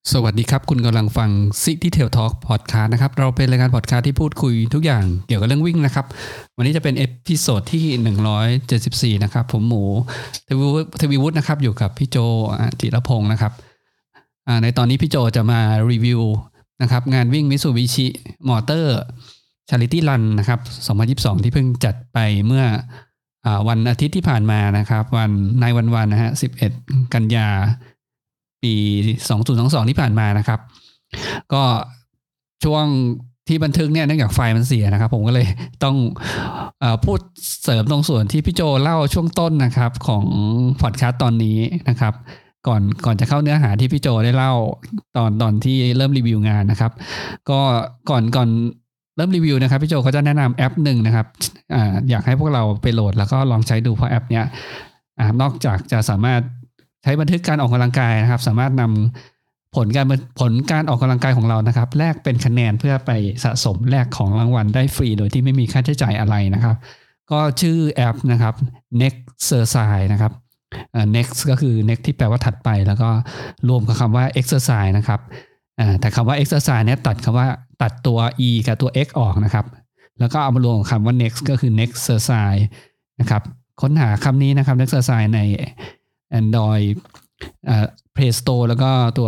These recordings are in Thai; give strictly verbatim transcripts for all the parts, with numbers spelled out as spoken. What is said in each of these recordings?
สวัสดีครับคุณกำลังฟัง City Tail Talk Podcast นะครับเราเป็นรายการ podcast ที่พูดคุยทุกอย่างเกี่ยวกับเรื่องวิ่งนะครับวันนี้จะเป็นเอพิโซดที่หนึ่งร้อยเจ็ดสิบสี่นะครับผมหมูทวีวุฒิทวีวุฒินะครับอยู่กับพี่โจจิรพงศ์นะครับในตอนนี้พี่โจจะมารีวิวนะครับงานวิ่ง Mitsubishi Motor Charity Run นะครับสองพันยี่สิบสองที่เพิ่งจัดไปเมื่อวันอาทิตย์ที่ผ่านมานะครับวันในวันวันนะฮะสิบเอ็ดกันยาปีสองพันยี่สิบสองที่ผ่านมานะครับก็ช่วงที่บันทึกเนี่ยเนื่องจากไฟมันเสียนะครับผมก็เลยต้องเอ่อพูดเสริมตรงส่วนที่พี่โจเล่าช่วงต้นนะครับของพอดแคสต์ตอนนี้นะครับก่อนก่อนจะเข้าเนื้อหาที่พี่โจได้เล่าตอนตอนที่เริ่มรีวิวงานนะครับก็ก่อนก่อนเริ่มรีวิวนะครับพี่โจเขาจะแนะนำแอปหนึ่งนะครับอ่าอยากให้พวกเราไปโหลดแล้วก็ลองใช้ดูเพราะแอปเนี้ยอ่านอกจากจะสามารถใช้บันทึกการออกกำลังกายนะครับสามารถนำผลการผลการออกกำลังกายของเรานะครับแลกเป็นคะแนนเพื่อไปสะสมแลกของรางวัลได้ฟรีโดยที่ไม่มีค่าใช้จ่ายอะไรนะครับก็ชื่อแอปนะครับ Nexercise นะครับ Next ก็คือ Next ที่แปลว่าถัดไปแล้วก็รวมกับคำว่า Exercise นะครับแต่คำว่า Exercise เนี่ยตัดคำว่าตัดตัว e กับตัว x ออกนะครับแล้วก็เอามารวมกับคำว่า Next ก็คือ Nexercise นะครับค้นหาคำนี้นะครับ Nexercise ในAndroid เอ่อ Play Store แล้วก็ตัว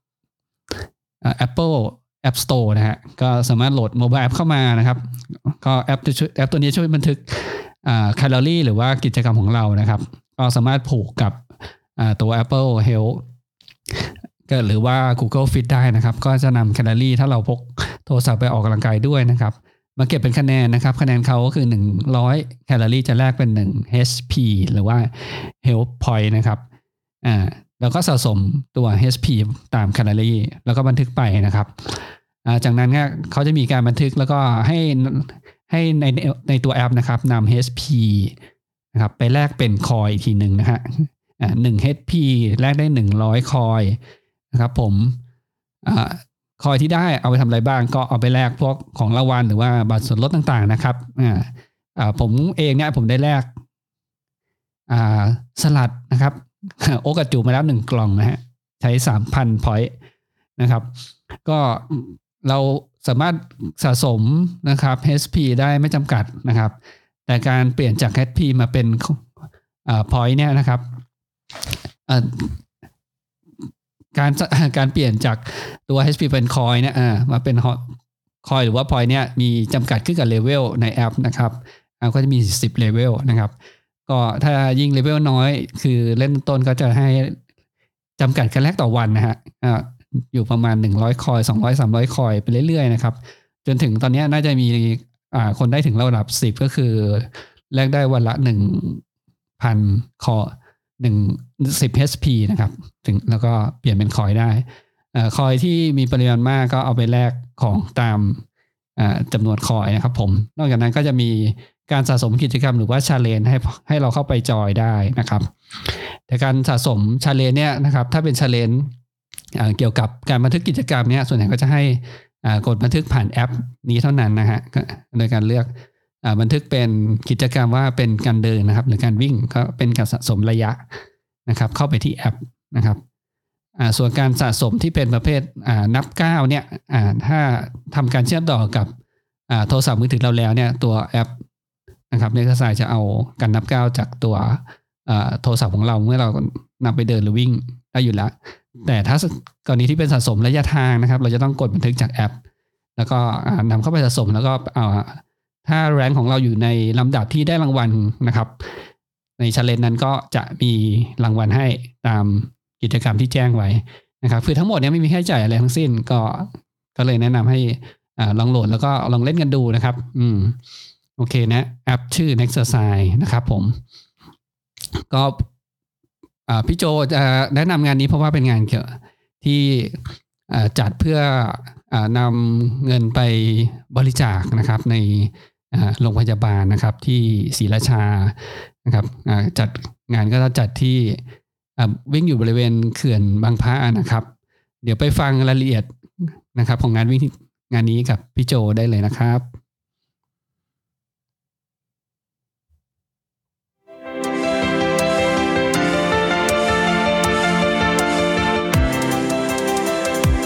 Apple App Store นะฮะก็สามารถโหลดโมบายแอปเข้ามานะครับก็แอปแอปตัวนี้ช่วยบันทึกอ่าแคลอรี่หรือว่ากิจกรรมของเรานะครับก็สามารถผูกกับอ่าตัว Apple Health ก็หรือว่า Google Fit ได้นะครับก็จะนำแคลอรี่ถ้าเราพกโทรศัพท์ไปออกกำลังกายด้วยนะครับมาเก็บเป็นคะแนนนะครับคะแนนเขาก็คือหนึ่งร้อยแคลอรี่จะแลกเป็นหนึ่ง เอช พี หรือว่า Health Point นะครับอ่าแล้วก็สะสมตัว เอช พี ตามแคลอรี่แล้วก็บันทึกไปนะครับอ่าจากนั้นเนี่ยเขาจะมีการบันทึกแล้วก็ให้ให้ในในตัวแอปนะครับนำ เอช พี นะครับไปแลกเป็นคอยอีกทีหนึ่งนะฮะอ่าหนึ่ง เอช พี แลกได้หนึ่งร้อยคอยนะครับผมอ่าคอยที่ได้เอาไปทำอะไรบ้างก็เอาไปแลกพวกของรางวัลหรือว่าบัตรส่วนลดต่างๆนะครับอ่าอ่าผมเองเนี่ยผมได้แลกอ่าสลัดนะครับโอกาจูมาแล้วหนึ่งกล่องนะฮะใช้ สามพัน พอยต์นะครับก็เราสามารถสะสมนะครับ เอช พี ได้ไม่จำกัดนะครับแต่การเปลี่ยนจาก เอช พี มาเป็นอ่า point เนี่ยนะครับอ่าการการเปลี่ยนจากตัว เอช พี เป็นคอยเนี่ยอ่ามาเป็นคอยหรือว่า point เนี่ยมีจำกัดขึ้นกับเลเวลในแอปนะครับอ่าก็จะมีสิบเลเวลนะครับก็ถ้ายิ่งเลเวลน้อยคือเล่นต้นก็จะให้จำกัดการแลกต่อวันนะฮะอ่าอยู่ประมาณหนึ่งร้อยคอยสองร้อย สามร้อยคอยไปเรื่อยๆนะครับจนถึงตอนนี้น่าจะมีอ่าคนได้ถึงระดับสิบก็คือแลกได้วันละ หนึ่งพัน คอหนึ่ง สิบ เอช พี นะครับถึงแล้วก็เปลี่ยนเป็นคอยได้อ่าคอยที่มีปริมาณมากก็เอาไปแลกของตามอ่าจำนวนคอยนะครับผมนอกจากนั้นก็จะมีการสะสมกิจกรรมหรือว่า challenge ให้ให้เราเข้าไปจอยได้นะครับแต่การสะสม challenge เนี่ยนะครับถ้าเป็น challenge เกี่ยวกับการบันทึกกิจกรรมเนี่ยส่วนใหญ่ก็จะให้กดบันทึกผ่านแอปนี้เท่านั้นนะฮะโดยการเลือกบันทึกเป็นกิจกรรมว่าเป็นการเดินนะครับหรือการวิ่งก็เป็นการสะสมระยะนะครับเข้าไปที่แอปนะครับส่วนการสะสมที่เป็นประเภทนับก้าวเนี่ยถ้าทำการเชื่อมต่อกับโทรศัพท์มือถือเราแล้วเนี่ยตัวแอปนะครับNexerciseจะเอาการนับก้าวจากตัวโทรศัพท์ของเราเมื่อเรานำไปเดินหรือวิ่งได้อยู่แล้วแต่ถ้ากรณีที่เป็นสะสมระยะทางนะครับเราจะต้องกดบันทึกจากแอปแล้วก็นำเข้าไปสะสมแล้วก็เอาถ้าแรงของเราอยู่ในลำดับที่ได้รางวัลนะครับในชาเลนจ์นั้นก็จะมีรางวัลให้ตามกิจกรรมที่แจ้งไว้นะครับคือทั้งหมดนี้ไม่มีค่าใช้จ่ายอะไรทั้งสิ้นก็ก็เลยแนะนำให้ลองโหลดแล้วก็ลองเล่นกันดูนะครับอืมโอเคนะแอปชื่อ Nexercise นะครับผมก็พี่โจจะแนะนำงานนี้เพราะว่าเป็นงานเกี่ยวที่จัดเพื่อนำเงินไปบริจาคนะครับในโรงพยาบาลนะครับที่ศรีราชานะครับจัดงานก็จะจัดที่วิ่งอยู่บริเวณเขื่อนบางพระนะครับเดี๋ยวไปฟังรายละเอียดนะครับของงานวิ่งงานนี้กับพี่โจได้เลยนะครับค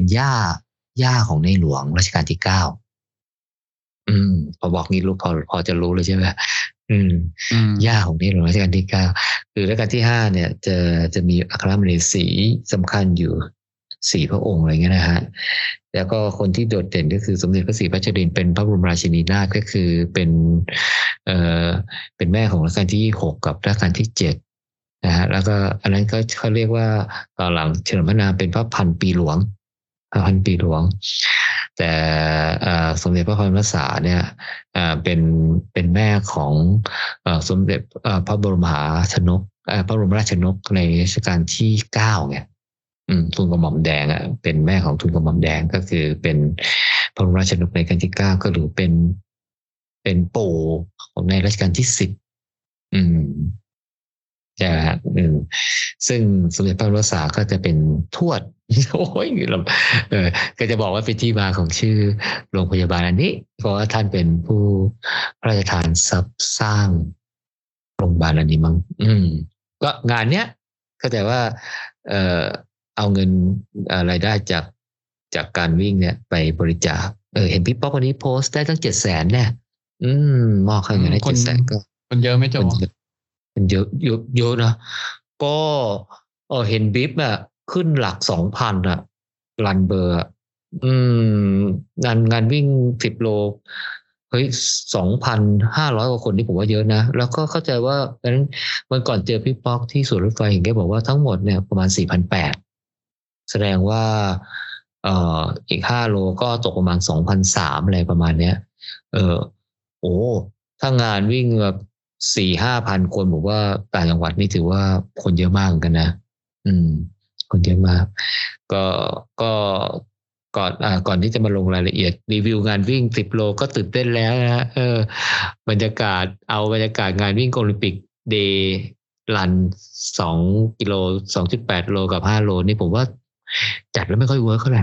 ย่าย่าของในหลวงรัชกาลที่เก้าอืมพอบอกงี้รู้พอพอจะรู้เลยใช่ไหมอืมย่าของในหลวงรัชกาลที่เก้าคือรัชกาลที่ห้าเนี่ยจะจะมีอัครมเหสีสำคัญอยู่สี่พระองค์อะไรเงี้ยนะฮะแล้วก็คนที่โดดเด่นก็คือสมเด็จพระศรีพัชรินทร์เป็นพระบรมราชินีนาถก็คือเป็นเอ่อเป็นแม่ของรัชกาลที่หกกับรัชกาลที่เจ็ดนะฮะแล้วก็อันนั้นก็เขาเรียกว่าตอนหลังเฉลิมพระนามเป็นพระพันปีหลวงพระพันปีหลวงแต่สมเด็จพระพันวษาเนี่ยเป็นเป็นแม่ของสมเด็จพระบรมมหาชนกพระบรมราชชนกในรัชกาลที่เก้าไงทูลกระหม่อมแดงอ่ะเป็นแม่ของทูลกระหม่อมแดงก็คือเป็นพระบรมราชชนกในรัชกาลที่เก้าก็หรือเป็นเป็นปู่ของในรัชกาลที่สิบอืมใช่ฮะอืมซึ่งสมเด็จพระพันวษาก็จะเป็นทวดโอ้ยเราเออก็จะบอกว่าเป็นที่มาของชื่อโรงพยาบาลอันนี้เพราะว่าท่านเป็นผู้พระราชทานทรัพย์สร้างโรงพยาบาลอันนี้มั้งอืมก็งานเนี้ยเข้าใจว่าเออเอาเงินรายได้จากจากการวิ่งเนี่ยไปบริจาคเออเห็นพี่ป๊อกวันนี้โพสต์ได้ตั้งเจ็ดแสนเนี่ยอืมมอบให้เงินได้เจ็ดแสนก็คนเยอะไหมจ๊ะมันเยอะเยอะเยอะนะก็เออเห็นบิ๊บอะขึ้นหลักสองพันอะรันเบอร์อืมงานงานวิ่งสิบโลเฮ้ยสองพันห้าร้อยกว่าคนนี่ผมว่าเยอะนะแล้วก็เข้าใจว่าดังนั้นวันก่อนเจอพี่ป๊อกที่สวนรถไฟเห็นแกบอกว่าทั้งหมดเนี่ยประมาณสี่พันแปดแสดงว่าเอ่ออีกห้าโลก็ตกประมาณสองพันสามอะไรประมาณเนี้ยเออโอ้ถ้างานวิ่งแบบสี่ห้าพันคนผมว่าต่างจังหวัดนี่ถือว่าคนเยอะมากกันนะอืมคนเยอะมากก็ก็ก่อนอ่าก่อนที่จะมาลงรายละเอียดรีวิวงานวิ่งสิบโลก็ตื่นเต้นแล้วนะเออบรรยากาศเอาบรรยากาศงานวิ่งโอลิมปิกเดย์รันสองกิโลสองจุดแปดโลกับห้าโลนี่ผมว่าจัดแล้วไม่ค่อยเวิร์คเท่าไหร่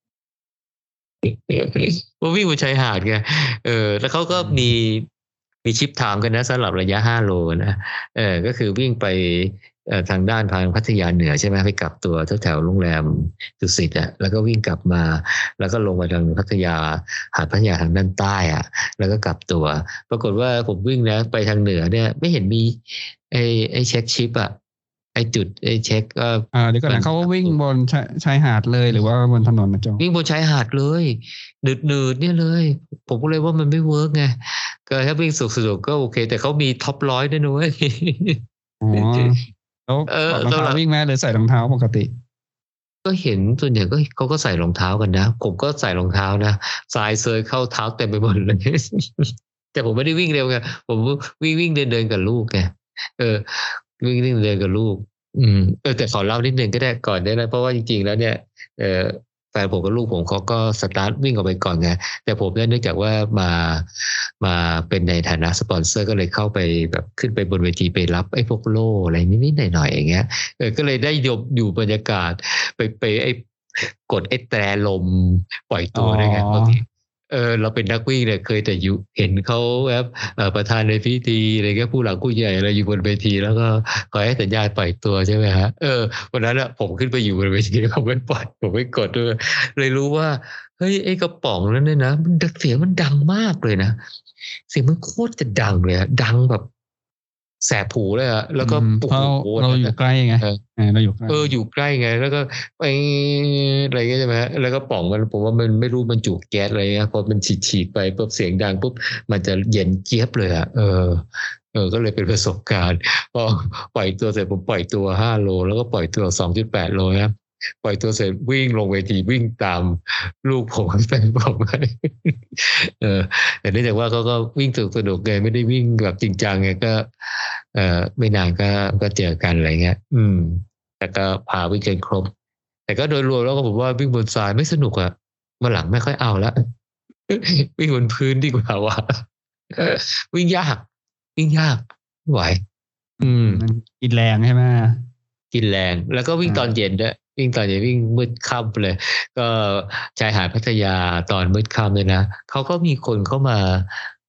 ว่าวิ่งบนชายหาดไงเออแล้วเขาก็มีมีชิปไทม์กันนะสำหรับระยะห้าโลนะเออก็คือวิ่งไปทางด้านทางพัทยาเหนือใช่ไหมไปกลับตัวแถวๆโรงแรมดุสิตอ่ะแล้วก็วิ่งกลับมาแล้วก็ลงไปทางพัทยาหาดพัทยาทางด้านใต้อ่ะแล้วก็กลับตัวปรากฏว่าผมวิ่งนะไปทางเหนือเนี่ยไม่เห็นมีไอ้ไอ้เช็คชิปอ่ะไอ้จุดไอ้เช็คก็อ่าเดี๋ยวก่อนนะเขาวิ่งบนชายหาดเลยหรือว่าบนถนนนะจ๊ะวิ่งบนชายหาดเลยดืดดืดเนี่ยเลยผมก็เลยว่ามันไม่เวิร์กไงก็ถ้าวิ่งสุกๆก็โอเคแต่เขามีท็อปร้อยด้วยนะเว้ยอ๋อแล้วรองเท้าวิ่งไหมหรือใส่รองเท้าปกติก็เห็นส่วนใหญ่ก็เขาก็ใส่รองเท้ากันนะผมก็ใส่รองเท้านะทรายเซยเข้าเท้าเต็มไปหมดเลยแต่ผมไม่ได้วิ่งเร็วไงผมวิ่งวิ่งเดินเดินกับลูกไงเออวิ่งเดินเดินกับลูกอืมเออแต่ขอเล่านิดนึงก็ได้ก่อนได้นะเพราะว่าจริงๆแล้วเนี่ยเออแฟนผมกับลูกผมเขาก็สตาร์ทวิ่งออกไปก่อนไงแต่ผมเนี่ยเนื่องจากว่ามามาเป็นในฐานะสปอนเซอร์ก็เลยเข้าไปแบบขึ้นไปบนเวทีไปรับไอ้พวกโล่อะไรนิดๆหน่อยๆอย่างเงี้ยเออก็เลยได้ยบอยู่บรรยากาศไปไปไอ้กดไอ้แตรลมปล่อยตัวได้ไงบางทีเออเราเป็นนักวิ่งเนี่ยเคยแต่อยู่เห็นเขาแบบประธานในพิธีอะไรเงี้ยผู้หลักผู้ใหญ่อะไรอยู่บนเวทีแล้วก็คอยให้สัญญาณปล่อยตัวใช่ไหมฮะเออวันนั้นอะผมขึ้นไปอยู่บนเวทีผมไม่ปล่อยผมไม่กดด้วยเลยรู้ว่าเฮ้ยไอ้กระป๋องนั้นเนี่ยนะมันเสียงมันดังมากเลยนะเสียงมันโคตรจะดังเลยอะดังแบบแสบหูเลยอะแล้วก็เพราะเราอยู่ใกล้ไงเราอยู่ใกล้เอออยู่ใกล้ไงแล้วก็ไปอะไรเงี้ยใช่ไหมแล้วก็ป่องมันผมว่ามันไม่รู้มันจุแก๊สอะไรเงี้ยพอมันฉีดๆไปปุ๊บเสียงดังปุ๊บมันจะเย็นเจี๊ยบเลยอะเออเออก็เลยเป็นประสบการณ์พอปล่อยตัวเสร็จผมปล่อยตัวห้าโลแล้วก็ปล่อยตัวสองจุดแปดโลนะปล่อยตัวเสร็จวิ่งลงเวทีวิ่งตามลูกผมแฟนผมไปเออแต่เนื่องจากว่าเขาก็วิ่งสนุกๆไงไม่ได้วิ่งแบบจริงจังไงก็เออไม่นานก็ก็เจอกันอะไรเงี้ยอืมแต่ก็พาวิ่งกันครบแต่ก็โดยรวมแล้วก็ผมว่าวิ่งบนทรายไม่สนุกอะมาหลังไม่ค่อยเอาละวิ่งบนพื้นดีกว่าว่ะวิ่งยากวิ่งยากไม่ไหวอืมกินแรงใช่ไหมกินแรงแล้วก็วิ่งตอนเย็นด้วยวิ่งตอนเย็นวิ่งมืดค่ำเลยก็ชายหาดพัทยาตอนมืดค่ำเลยนะเขาก็มีคนเข้ามา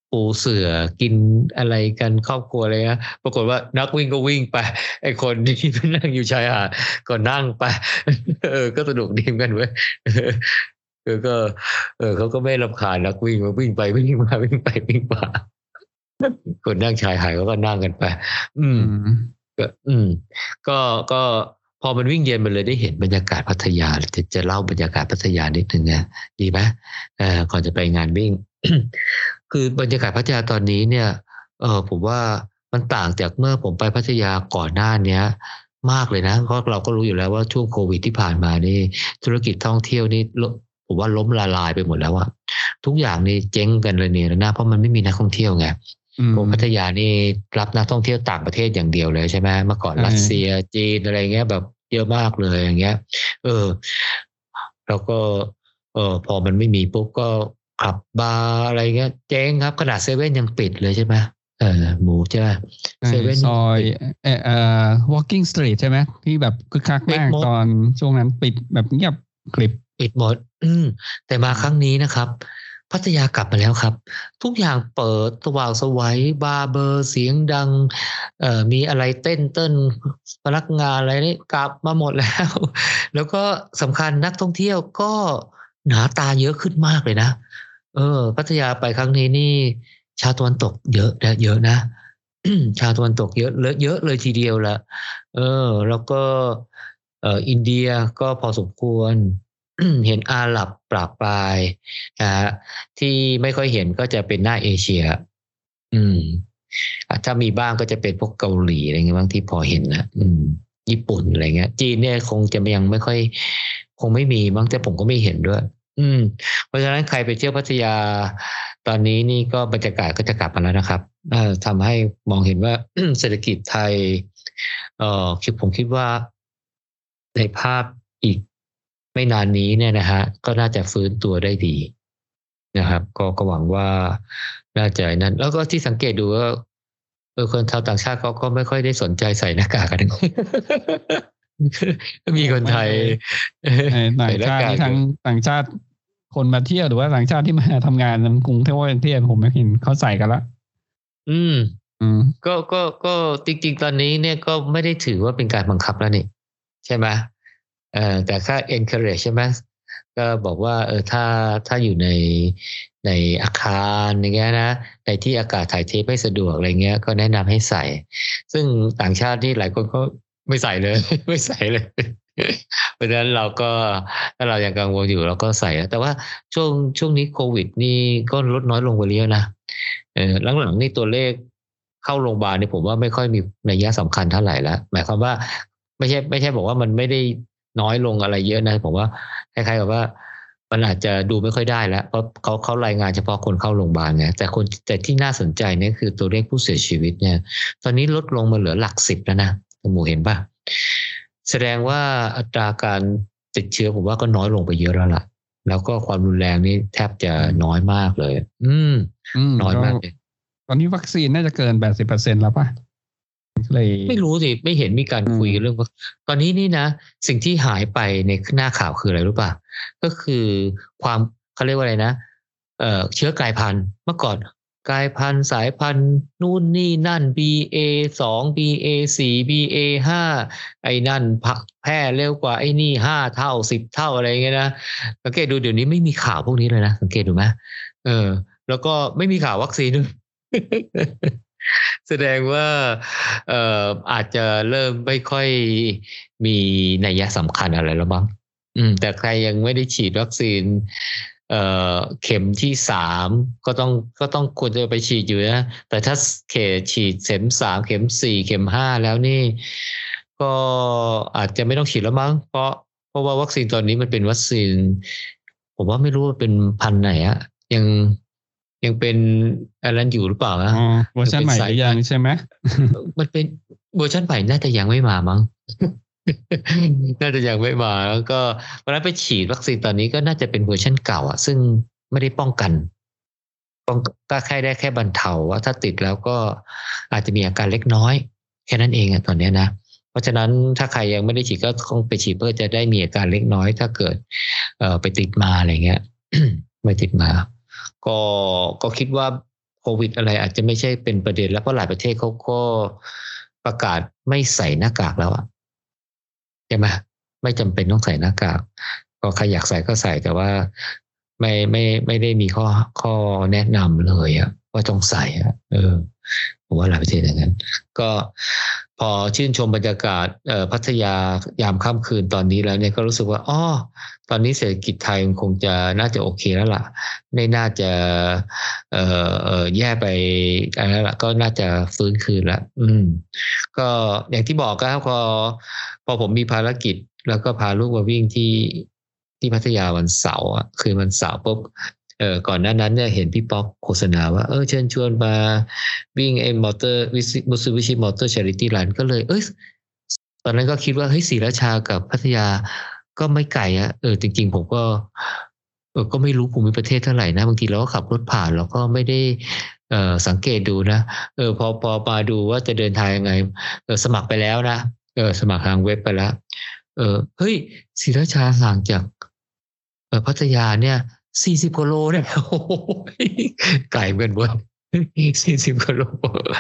ปูเสื่อกินอะไรกันครอบครัวอะไรนะปรากฏว่านักวิ่งก็วิ่งไปไอ้คนที่นั่งอยู่ชายหาดก็นั่งไปเออก็สนุกดีเหมือนกันเว้ยเออก็เออเขาก็ไม่รำคาญนักวิ่งมาวิ่งไปวิ่งมาวิ่งไปวิ่งมาคนนั่งชายหาดเขาก็นั่งกันไป อืมก็อืมก็ก็พอมันวิ่งเย็นมันเลยได้เห็นบรรยากาศพัทยาจะจะเล่าบรรยากาศพัทยานิดนึงนะดีไหมเอ่อก่อนจะไปงานวิ่ง คือบรรยากาศพัทยาตอนนี้เนี่ยเออผมว่ามันต่างจากเมื่อผมไปพัทยาก่อนหน้าเนี้ยมากเลยนะเพราะเราก็รู้อยู่แล้วว่าช่วงโควิดที่ผ่านมานี่ธุรกิจท่องเที่ยวนี่ผมว่าล้มละลายไปหมดแล้วอะทุกอย่างนี่เจ๊งกันเลยเนี่ยนะเพราะมันไม่มีนักท่องเที่ยวไงโอ้พัทยานี่รับนักท่องเที่ยวต่างประเทศอย่างเดียวเลยใช่ไหมเมื่อก่อนรัสเซียจีนอะไรเงี้ยแบบเยอะมากเลยอย่างเงี้ยเออแล้วก็เออพอมันไม่มีปุ๊บก็ขับบาร์อะไรเงี้ยเจ๊งครับขนาดเซเว่นยังปิดเลยใช่ไหมเออหมูใช่ไหมเซเว่นซอยเอ่อเอ่อ walking street ใช่ไหมที่แบบคึกคักมากตอนช่วงนั้นปิดแบบเงียบกริบปิดหมดอืมแต่มาครั้งนี้นะครับพัทยากลับมาแล้วครับทุกอย่างเปิดสว่างไสวบาร์เบอร์เสียงดังเอ่อมีอะไรเต้นเต้นพนักงานอะไรนี่กลับมาหมดแล้วแล้วก็สำคัญนักท่องเที่ยวก็หนาตาเยอะขึ้นมากเลยนะเออพัทยาไปครั้งนี้นี่ชาวตะวันตกเยอะนะเยอะนะ ชาวตะวันตกเยอะเยอะเลยทีเดียวละเออแล้วก็เอ่ออินเดียก็พอสมควรเห็นอาหรับปราบปรายนะฮะที่ไม่ค่อยเห็นก็จะเป็นหน้าเอเชียอืมถ้ามีบ้างก็จะเป็นพวกเกาหลีอะไรเงี้ยบางที่พอเห็นนะอืมญี่ปุ่นอะไรเงี้ยจีนเนี่ยคงจะยังไม่ค่อยคงไม่มีบ้างแต่ผมก็ไม่เห็นด้วยอืมเพราะฉะนั้นใครไปเที่ยวพัทยาตอนนี้นี่ก็บรรยากาศก็จะกลับมาแล้วนะครับเอ่อทำให้มองเห็นว่า เศรษฐกิจไทยเอ่อคิดผมคิดว่าในภาพอีกไม่นานนี้เนี่ยนะฮะก็น่าจะฟื้นตัวได้ดีนะครับก็ก็หวังว่าน่าจะนั้นแล้วก็ที่สังเกตดูว่าเออคนชาวต่างชาติเขาก็ไม่ค่อยได้สนใจใส่หน้ากากกันมีคนไทยต่างชาติที่ทั้งต่างชาติคนมาเที่ยวหรือว่าต่างชาติที่มาทำงานในกรุงเทพกรุงเทพผมไม่เห็นเขาใส่กันละอืมอืมก็ก็ก็จริงๆตอนนี้เนี่ยก็ไม่ได้ถือว่าเป็นการบังคับแล้วนี่ใช่ไหมเอ่อแต่ค่า encourage ใช่ไหมก็บอกว่าเออถ้าถ้าอยู่ในในอาคารอย่างเงี้ยนะในที่อากาศถ่ายเทไม่สะดวกอะไรเงี้ยก็แนะนำให้ใส่ซึ่งต่างชาติที่หลายคนก็ไม่ใส่เลยไม่ใส่เลยเพราะฉะนั้นเราก็ถ้าเรายังกังวลอยู่เราก็ใส่แต่ว่าช่วงช่วงนี้โควิดนี่ก็ลดน้อยลงไปเยอะนะเออหลังๆนี่ตัวเลขเข้าโรงพยาบาลนี่ผมว่าไม่ค่อยมีนัยสำคัญเท่าไหร่แล้วหมายความว่าไม่ใช่ไม่ใช่บอกว่ามันไม่ได้น้อยลงอะไรเยอะนะผมว่าคล้ายๆกับว่ามันอาจจะดูไม่ค่อยได้แล้วเพราะเขาเขารายงานเฉพาะคนเข้าโรงพยาบาลไงแต่คนแต่ที่น่าสนใจเนี่ยคือตัวเลขผู้เสียชีวิตเนี่ยตอนนี้ลดลงมาเหลือหลักสิบแล้วนะคุณหมูเห็นป่ะแสดงว่าอัตราการติดเชื้อผมว่าก็น้อยลงไปเยอะแล้วล่ะแล้วก็ความรุนแรงนี่แทบจะน้อยมากเลยอืมน้อยมากเลยตอนนี้วัคซีนน่าจะเกิน แปดสิบเปอร์เซ็นต์ แล้วป่ะไม่รู้สิไม่เห็นมีการคุยเรื่องตอนนี้นี่นะสิ่งที่หายไปในหน้าข่าวคืออะไรรู้ป่ะก็คือความเขาเรียกว่าอะไรนะเอ่อเชื้อกลายพันธุ์เมื่อก่อนกลายพันธุ์สายพันธุ์นู่นนี่นั่น บี เอ สอง บี เอ สี่ บี เอ ห้า ไอ้นั่นแพร่เร็วกว่าไอ้นี่ห้าเท่าสิบเท่าอะไรเงี้ยนะสังเกตดูเดี๋ยวนี้ไม่มีข่าวพวกนี้เลยนะสังเกตดูไหมเออแล้วก็ไม่มีข่าววัคซีนด้วย แสดงว่าเอ่ออาจจะเริ่มไม่ค่อยมีนัยสำคัญอะไรแล้วบ้างอืมแต่ใครยังไม่ได้ฉีดวัคซีนเอ่อเข็มที่สามก็ต้องก็ต้องควรจะไปฉีดอยู่นะแต่ถ้าเขตฉีดเข็มสามเข็มสี่เข็มห้าแล้วนี่ก็อาจจะไม่ต้องฉีดแล้วมั้งเพราะเพราะว่าวัคซีนตอนนี้มันเป็นวัคซีนผมว่าไม่รู้ว่าเป็นพันธุ์ไหนอะยังยังเป็นอะไรอยู่หรือเปล่านะเวอร์ชันใหม่หรือยังใช่ไหมมันเป็นเวอร์ชันใหม่น่าจะยังไม่มามั้ง น่าจะยังไม่มาแล้วก็เวลาไปฉีดวัคซีนตอนนี้ก็น่าจะเป็นเวอร์ชันเก่าอ่ะซึ่งไม่ได้ป้องกันป้องก็แค่ได้แค่บรรเทาว่าถ้าติดแล้วก็อาจจะมีอาการเล็กน้อยแค่นั้นเองอ่ะตอนนี้นะเพราะฉะนั้นถ้าใครยังไม่ได้ฉีดก็คงไปฉีดเพื่อจะได้มีอาการเล็กน้อยถ้าเกิดเอ่อไปติดมาอะไรเงี้ย ไม่ติดมาก็ก็คิดว่าโควิดอะไรอาจจะไม่ใช่เป็นประเด็นแล้วเพราะหลายประเทศเขาก็ประกาศไม่ใส่หน้ากากแล้วอะใช่ไหมไม่จำเป็นต้องใส่หน้ากากก็ใครอยากใส่ก็ใส่แต่ว่าไม่ไม่ไม่ได้มีข้อข้อแนะนำเลยอะว่าต้องใส่อะเออผมว่าหลายประเทศอย่างนั้นก็พอชื่นชมบรรยากาศเอ่อพัทยายามค่ำคืนตอนนี้แล้วเนี่ยก็รู้สึกว่าอ๋อตอนนี้เศรษฐกิจไทยคงจะน่าจะโอเคแล้วล่ะไม่น่าจะเอ่อเอ่อแย่ไปอะไรแล้วล่ะก็น่าจะฟื้นคืนละอืมก็อย่างที่บอกครับพอพอผมมีภารกิจแล้วก็พาลูกมาวิ่งที่ที่พัทยาวันเสาร์อ่ะคืนวันเสาร์ปุ๊บเออก่อนหน้านั้นเนี่ยเห็นพี่ป๊อกโฆษณาว่าเออเชิญชวนมาวิ่งไอ้มอเตอร์วิซิมุสวิชิมอเตอร์ชาริตี้รันก็เลยเอ้ยตอนนั้นก็คิดว่าเฮ้ยศรีราชากับพัทยาก็ไม่ไกลอะเออจริงๆผมก็เออก็ไม่รู้ภูมิประเทศเท่าไหร่นะบางทีเราก็ขับรถผ่านเราก็ไม่ได้เอ่อสังเกตดูนะเออพอพอมาดูว่าจะเดินทางยังไงเออสมัครไปแล้วนะเออสมัครทางเว็บไปแล้วเออเฮ้ยศรีราชาห่างจากเออพัทยาเนี่ยสี่สิบกว่าโลเนี่ยโอ้โหไกลเหมือนกันสี่สิบกว่าโล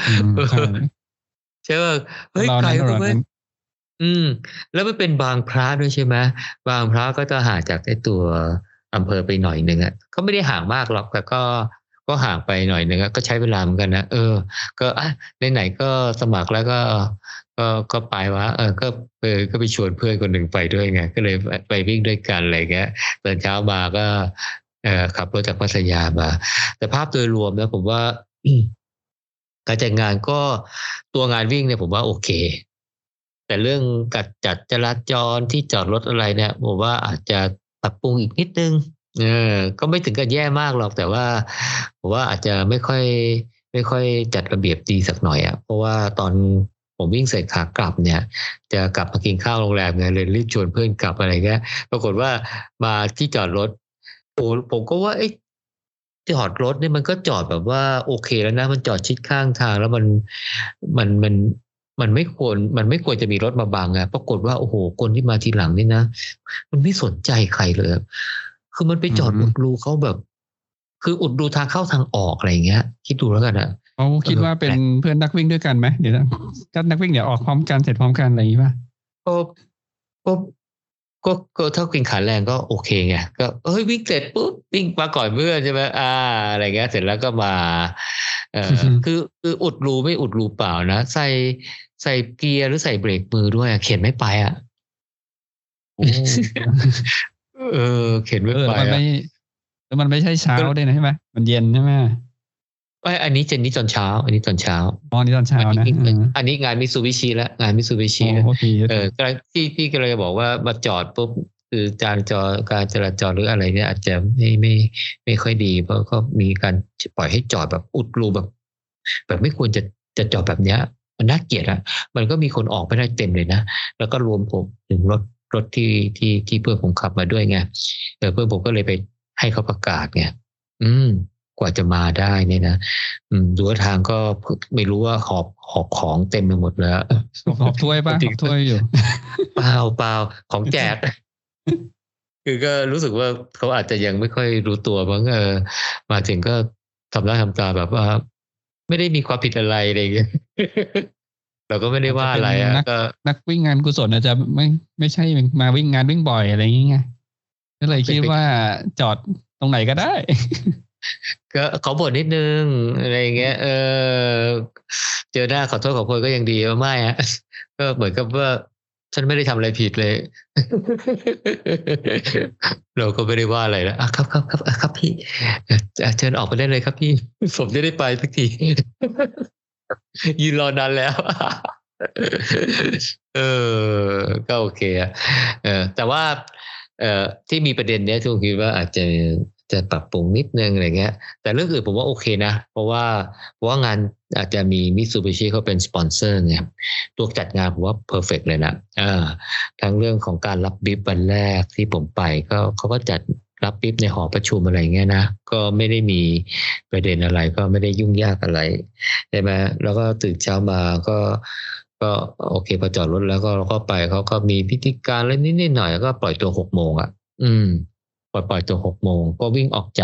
ใช่ป่ะเฮ้ยไกลก็ไม่อืมแล้วมันเป็นบางพระด้วยใช่ไหมบางพระก็จะห่างจากไอ้ตัวอำเภอไปหน่อยนึงอ่ะก็ไม่ได้ห่างมากหรอกแต่ก็ก็ห่างไปหน่อยนึงก็ใช้เวลาเหมือนกันนะเออก็อ่ะไหนๆก็สมัครแล้วก็ก็ก็ไปวะเออก็เออก็ไปชวนเพื่อนคนหนึ่งไปด้วยไงก็เลยไปวิ่งด้วยกันอะไรเงี้ยตอนเช้ามาก็เออขับรถจากพัทยามาแต่ภาพโดยรวมนะผมว่าการจัดงานก็ตัวงานวิ่งเนี่ยผมว่าโอเคแต่เรื่องกัดจัดจราจรที่จอดรถอะไรเนี่ยผมว่าอาจจะปรับปรุงอีกนิดนึงเออก็ไม่ถึงกับแย่มากหรอกแต่ว่าผมว่าอาจจะไม่ค่อยไม่ค่อยจัดระเบียบดีสักหน่อยอ่ะเพราะว่าตอนผมวิ่งเสร็จขากลับเนี่ยจะกลับมากินข้าวโรงแรมไงเลยรีบชวนเพื่อนกลับอะไรเงี้ยปรากฏว่ามาที่จอดรถโอ้ผมก็ว่าเอ๊ะจอดรถเนี่ยมันก็จอดแบบว่าโอเคแล้วนะมันจอดชิดข้างทางแล้วมันมันมัน มันไม่ควรมันไม่ควรจะมีรถมาบังอะปรากฏว่าโอ้โหคนที่มาทีหลังนี่นะมันไม่สนใจใครเลยคือมันไปจอดอุดรูเขาแบบคืออุดรูทางเข้าทางออกอะไรอย่างเงี้ยคิดดูแล้วกันอะเขาคิดว่าเป็นเพื่อนนักวิ่งด้วยกันไหมเดี๋ยวก็นักวิ่งเดี๋ยวออกพร้อมกันเสร็จพร้อมกันอะไรอย่างงี้ป่ะก็ก็ก็ก็ถ้าวิ่งขาแรงก็โอเคไงก็เอ้ยวิ่งเสร็จปุ๊บวิ่งมาก่อนเพื่อนใช่ไหมอ่าอะไรเงี้ยเสร็จแล้วก็มาเอ่อคือคืออุดรูไม่อุดรูเปล่านะใส่ใส่เกียร์หรือใส่เบรกมือด้วยเข็นไม่ไปอ่ะเออเข็นไม่ไปอ่ะแล้วมันไม่ใช่เช้าด้วยนะใช่ไหมมันเย็นใช่ไหมไอ้อันนี้เจนนี่ตอนเช้าอันนี้ตอนเช้าอ๋อนี่ตอนเช้านะอันนี้งานมิตซูบิชิแล้วงานมิตซูบิชิเออที่ที่ก็เลยบอกว่ามาจอดปุ๊บคือจราจรการจราจรหรืออะไรเนี่ยอาจจะไม่ไม่ไม่ค่อยดีเพราะก็มีการปล่อยให้จอดแบบอุดรูแบบแบบไม่ควรจะจะจอดแบบเนี้ยมันน่าเกลียดอะมันก็มีคนออกไปได้เต็มเลยนะแล้วก็รวมผมถึงรถรถที่ที่ที่เพื่อนผมขับมาด้วยไงเออเพื่อนผมก็เลยไปให้เขาประกาศไงอืมกว่าจะมาได้เนี่ยนะอืมดูทางก็ไม่รู้ว่าหอบหอบของเต็มไปหมดแล้วหอบถ้วยป่ะหอบถ้วยอยู่เปล่าเปล่าของแจกคือก็รู้สึกว่าเขาอาจจะยังไม่ค่อยรู้ตัวมั้งเออมาถึงก็ทำหน้าทำตาแบบว่าไม่ได้มีความผิดอะไรอะไรอย่างเงี้ยเราก็ไม่ได้ว่าอะไรอ่ะก็นักวิ่งงานกุศลอาจจะไม่ไม่ใช่มาวิ่งงานวิ่งบ่อยอะไรอย่างเงี้ยก็เลยคิดว่าจอดตรงไหนก็ได้ก็ขอบ่นนิดนึงอะไรเงี้ยเออเจอหน้าขอโทษขอโพยก็ยังดีว่าไม่ฮะก็เหมือนกับว่าฉันไม่ได้ทำอะไรผิดเลยเราก็ไม่ได้ว่าอะไรนะอ่ะครับครับครับครับพี่เชิญออกไปได้เลยครับพี่ผมจะได้ไปสักทียืนรอนานแล้วเออก็โอเคอ่ะเออแต่ว่าเอ่อที่มีประเด็นเนี้ยทุกคิดว่าอาจจะจะปรับปรุงนิดนึงอะไรเงี้ยแต่เรื่องอื่นผมว่าโอเคนะเพราะว่าเพราะว่างานอาจจะมีมิตซูบิชิเขาเป็นสปอนเซอร์ไงตัวจัดงานผมว่าเพอร์เฟกต์เลยนะอ่าทั้งเรื่องของการรับบิ๊บวันแรกที่ผมไปก็เขาก็จัดรับบิ๊บในหอประชุมอะไรเงี้ยนะก็ไม่ได้มีประเด็นอะไรก็ไม่ได้ยุ่งยากอะไรใช่ไหมแล้วก็ตื่นเช้ามาก็ก็โอเคพอจอดรถแล้วก็เราก็ไปเขาก็มีพิธีการอะไรนิดๆหน่อยๆก็ปล่อยตัวหกโมงอ่ะอืมปล่อยปล่อยตัวหกโมงก็วิ่งออกจาก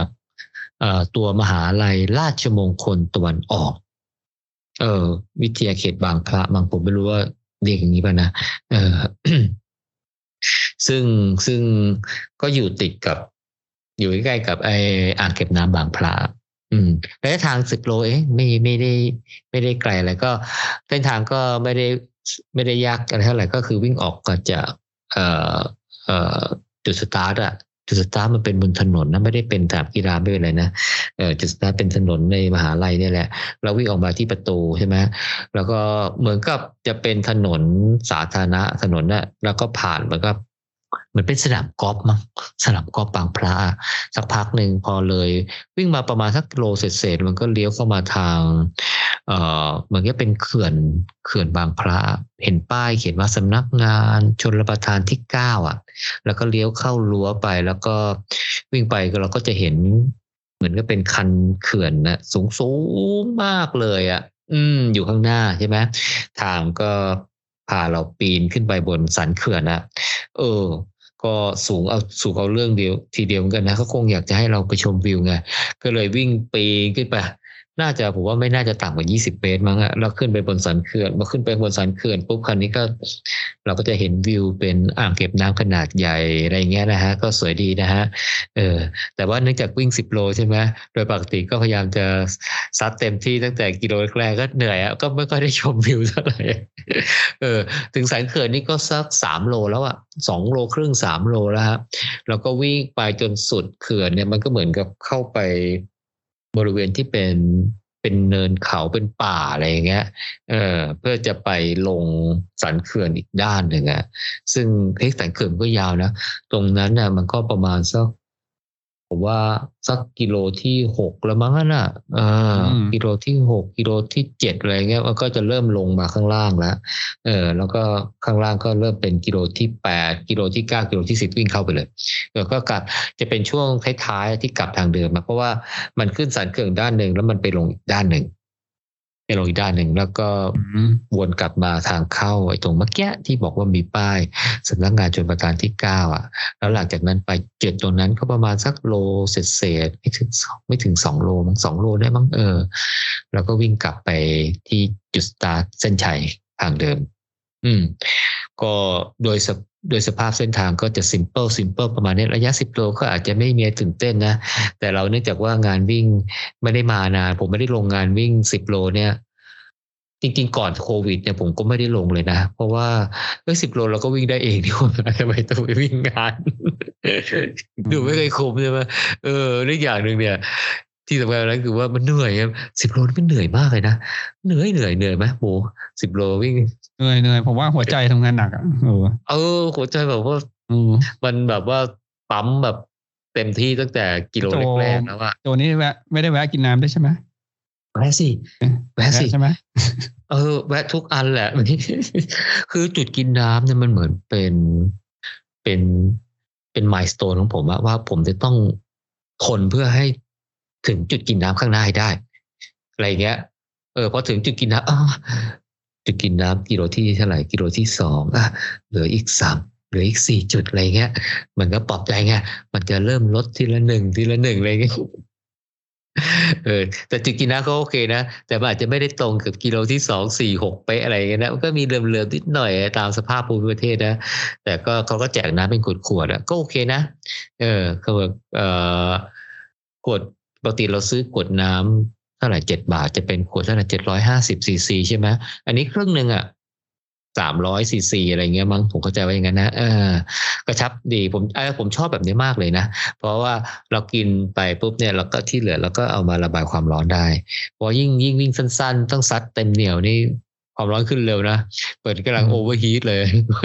เอ่อตัวมหาลัยราชมงคลตะวันออกเออวิทยาเขตบางพระบางผมไม่รู้ว่าเรียกอย่างนี้ป่ะนะเออ ซึ่งซึ่งก็อยู่ติดกับอยู่ใกล้ๆกับไออ่างเก็บน้ำบางพระอืมระยะทางสิบโลเองไม่ไม่ได้ไม่ได้ไกลอะไรก็เส้นทางก็ไม่ได้ไม่ได้ยากอะไรเท่าไหร่ก็คือวิ่งออกก็จะเอ่อเอ่อจุดสตาร์ทอะจุดสตาร์ทมันเป็นบนถนนนะไม่ได้เป็นสนามกีฬาไม่เป็นอะไรนะเออจุดสตาร์ทเป็นถนนในมหาลัยเนี่ยแหละเราวิ่งออกมาที่ประตูใช่ไหมแล้วก็เหมือนกับจะเป็นถนนสาธารณะถนนน่ะแล้วก็ผ่านมันก็เหมือนเป็นสนามกอล์ฟมั้งสนามกอล์ฟบางพระสักพักหนึ่งพอเลยวิ่งมาประมาณสักโลเศษๆมันก็เลี้ยวเข้ามาทางเอ่อเหมือนกับเป็นเขื่อนเขื่อนบางพระเห็นป้ายเขียนว่าสำนักงานชลประทานที่เก้าอ่ะแล้วก็เลี้ยวเข้ารั้วไปแล้วก็วิ่งไปเราก็จะเห็นเหมือนกับเป็นคันเขื่อนนะสูงสูงมากเลยอ่ะอืมอยู่ข้างหน้าใช่ไหมทางก็พาเราปีนขึ้นไปบนสันเขื่อนนะเออก็สูงเอาสูงเอาเรื่องเดียวทีเดียวกันนะเขาคงอยากจะให้เราไปชมวิวไงก็เลยวิ่งปีนขึ้นไปน่าจะผมว่าไม่น่าจะต่ำกว่ายี่สิบเมตรมั้งอะเราขึ้นไปบนสันเขื่อนมาขึ้นไปบนสันเขื่อนปุ๊บคราวนี้ก็เราก็จะเห็นวิวเป็นอ่างเก็บน้ำขนาดใหญ่อะไรเงี้ยนะฮะก็สวยดีนะฮะเออแต่ว่าเนื่องจากวิ่งสิบโลใช่ไหมโดยปกติก็พยายามจะซัดเต็มที่ตั้งแต่กิโลแรกก็เหนื่อยอะก็ไม่ค่อยได้ชมวิวเท่าไหร่เออถึงสันเขื่อนนี่ก็สักสามโลแล้วอะสองโลครึ่งสามโลแล้วฮะแล้วก็วิ่งไปจนสุดเขื่อนเนี่ยมันก็เหมือนกับเข้าไปบริเวณที่เป็นเป็นเนินเขาเป็นป่าอะไรอย่างเงี้ยเออเพื่อจะไปลงสันเขื่อนอีกด้านหนึ่งอะซึ่งเฮ้ยสันเขื่อนก็ยาวนะตรงนั้นน่ะมันก็ประมาณสักผมว่าสักกิโลที่หกแล้วมั้งน่ะเออกิโลที่หกกิโลที่เจ็ดอะไรเงี้ยมันก็จะเริ่มลงมาข้างล่างแล้วเออแล้วก็ข้างล่างก็เริ่มเป็นกิโลที่แปดกิโลที่เก้ากิโลที่สิบวิ่งเข้าไปเลยแล้วก็กลับจะเป็นช่วงท้ายๆที่กลับทางเดิมมาเพราะว่ามันขึ้นสันเขื่อนด้านหนึ่งแล้วมันไปลงอีกด้านหนึ่งไปลงอีกด้านหนึ่งแล้วก็วนกลับมาทางเข้าไอ้ตรงเมื่อกี้ที่บอกว่ามีป้ายสำนักงานชลประทานที่เก้าอ่ะแล้วหลังจากนั้นไปเจ็ดตรงนั้นก็ประมาณสักโลเศษๆไม่ถึงไม่ถึงสองโลมั้งสองโลได้มั้งเออแล้วก็วิ่งกลับไปที่จุดสตาร์ทเส้นชัยทางเดิมอืมก็โดยโดยสภาพเส้นทางก็จะ simple simple ประมาณนี้ระยะสิบโลก็อาจจะไม่มีตื่นเต้นนะแต่เราเนื่องจากว่างานวิ่งไม่ได้มานานผมไม่ได้ลงงานวิ่งสิบโลเนี่ยจริงๆก่อนโควิดเนี่ยผมก็ไม่ได้ลงเลยนะเพราะว่าเออสิบโลเราก็วิ่งได้เองนี่หว่าทำไมต้องไปวิ่งงานดูไม่เคยคุ้มใช่ไหมเออเรื่องอย่างหนึ่งเนี่ยที่สำคัญนั้นคือว่ามันเหนื่อยครับสิบโลนี่มันเหนื่อยมากเลยนะเหนื่อยเหนื่อยเหนื่อยไหมโหสิบโลวิ่งเหนื่อยเหนื่อยผมว่าหัวใจทำงานหนักอ่ะเออเออหัวใจแบบว่ามันแบบว่าปั๊มแบบเต็มที่ตั้งแต่กิโลแรกๆแล้วอะตัวนี้แวะไม่ได้แวะกินน้ำด้วยใช่ไหมแวะสิแวะสิใช่ไหมเออแวะทุกอันแหละคือจุดกินน้ำเนี่ยมันเหมือนเป็นเป็นเป็นมายสโตนของผมว่าว่าผมจะต้องทนเพื่อให้ถึงจุดกินน้ำข้างหน้าให้ได้อะไรเงี้ยเออพอถึงจุดกินน้ำอ้าวจุดกินน้ำกิโลที่เท่าไหร่กิโลที่สองอ่ะเหลืออีกสามเหลืออีกสี่จุดอะไรเงี้ยมันก็ปลอบใจไงมันจะเริ่มลดทีละหนึ่งทีละหนึ่งอะไรเงี้ยเออแต่จุดกินน้ำก็โอเคนะแต่มันอาจจะไม่ได้ตรงกับกิโลที่สองสี่หกเป๊ะอะไรเงี้ยนะมันก็มีเลื่อมๆนิดหน่อยตามสภาพภูมิประเทศนะแต่ก็เขาก็แจกน้ำเป็นขวดๆอ่ะก็โอเคนะเออเขาแบบเอ่อกดปกติเราซื้อกดน้ำเท่าไหร่เจ็ดบาทจะเป็นขวดเท่าไหร่เจ็ดร้อยห้าสิบซีซีใช่ไหมอันนี้ครึ่งหนึ่งอ่ะสามร้อยซีซีอะไรเงี้ยมั้งผมเข้าใจว่าอย่างนั้นนะเออกระชับดีผมเออผมชอบแบบนี้มากเลยนะเพราะว่าเรากินไปปุ๊บเนี่ยเราก็ที่เหลือเราก็เอามาระบายความร้อนได้เพราะยิ่งยิ่งวิ่งสั้นๆต้องซัดเต็มเหนียวนี่ความร้อนขึ้นเร็วนะเปิดกำลังโอเวอร์ฮีทเลย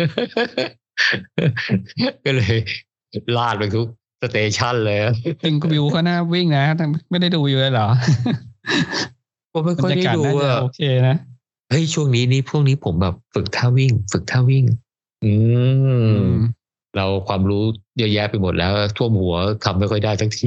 ก็เลยลาดไปทุกสเตชันเลยถึงวิวเขาหน้าวิ่งนะไม่ได้ดูอยู่เลยเหรอก็ไม่ค่อยได้ดูอ่ะโอเคนะเฮ้ยช่วงนี้นี่พวกนี้ผมแบบฝึกท่าวิ่งฝึกท่าวิ่งอืมเราความรู้เยอะแยะไปหมดแล้วท่วมหัวทำไม่ค่อยได้ทั้งที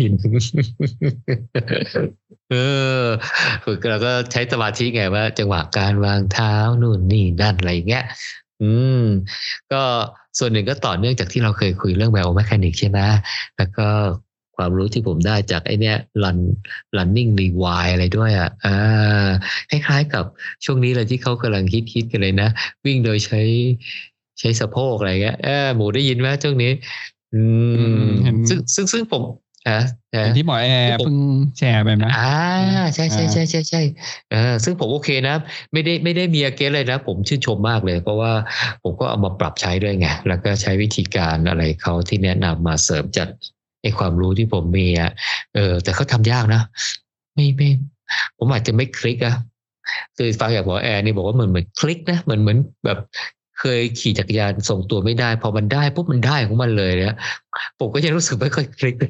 เออฝึกแล้วก็ใช้สมาธิไงว่าจังหวะการวางเท้านู่นนี่นั่นอะไรเงี้ยอืมก็ส่วนหนึ่งก็ต่อเนื่องจากที่เราเคยคุยเรื่องไบโอแมคานิกใช่ไหมแล้วก็ความรู้ที่ผมได้จากไอ้เนี้ย run running rewind อะไรด้วยอ่ะอ่าคล้ายๆกับช่วงนี้เลยที่เขากำลังฮิตๆกันเลยนะวิ่งโดยใช้ใช้สะโพกอะไรเงี้ยเออหมูได้ยินไหมช่วงนี้อืมซึ่งซึ่งซึ่งผมอ่ะเห็นที่หมอแอร์เพิ่งแชร์ไปไหมอ่าใช่ใช่ใช่ใช่ใช่เออซึ่งผมโอเคนะไม่ได้ไม่ได้มีอาเกนเลยนะผมชื่นชมมากเลยเพราะว่าผมก็เอามาปรับใช้ด้วยไงแล้วก็ใช้วิธีการอะไรเขาที่แนะนำมาเสริมจัดไอ้ความรู้ที่ผมมีอ่ะเออแต่เขาทำยากนะไม่ไม่ผมอาจจะไม่คลิกอะคือฟังจากหมอแอร์นี่บอกว่าเหมือนเหมือนคลิกนะเหมือนเหมือนแบบเคยขี่จักรยานส่งตัวไม่ได้พอมันได้ปุ๊บมันได้ของมันเลยนะผมก็ยังรู้สึกไม่ค่อยคลิก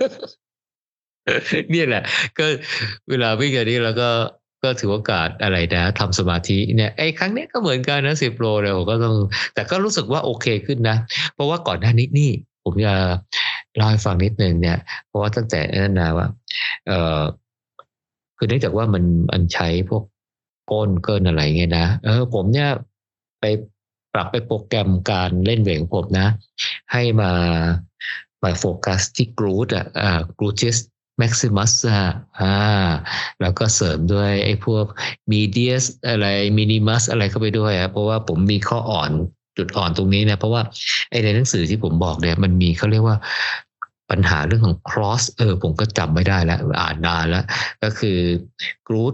เนี่ยแหละก็เวลาวิ่งอย่างนี้แล้วก็ก็ถือโอกาสอะไรนะทำสมาธิเนี่ยไอ้ครั้งนี้ก็เหมือนกันนะสิบโลเลยผมก็ต้องแต่ก็รู้สึกว่าโอเคขึ้นนะเพราะว่าก่อนหน้านี้นี่ผมจะเล่าให้ฟังนิดนึงเนี่ยเพราะว่าตั้งแต่นั้นนะว่าเออคือเนื่องจากว่ามันมันใช้พวกก้นเกินอะไรเงี้ยนะเออผมเนี่ยไปปรับไปโปรแกรมการเล่นเวทของผมนะให้มามาโฟกัสที่กรูทอ่ะอ่ากรูทิสแม็กซิมัสอ่ะอ่าแล้วก็เสริมด้วยไอ้พวกมีเดียสอะไรมินิมัสอะไรเข้าไปด้วยอ่ะเพราะว่าผมมีข้ออ่อนจุดอ่อนตรงนี้นะเพราะว่าไอ้ในหนังสือที่ผมบอกเนี่ยมันมีเขาเรียกว่าปัญหาเรื่องของ cross เออผมก็จำไม่ได้แล้วอ่านนานแล้วก็คือกรูท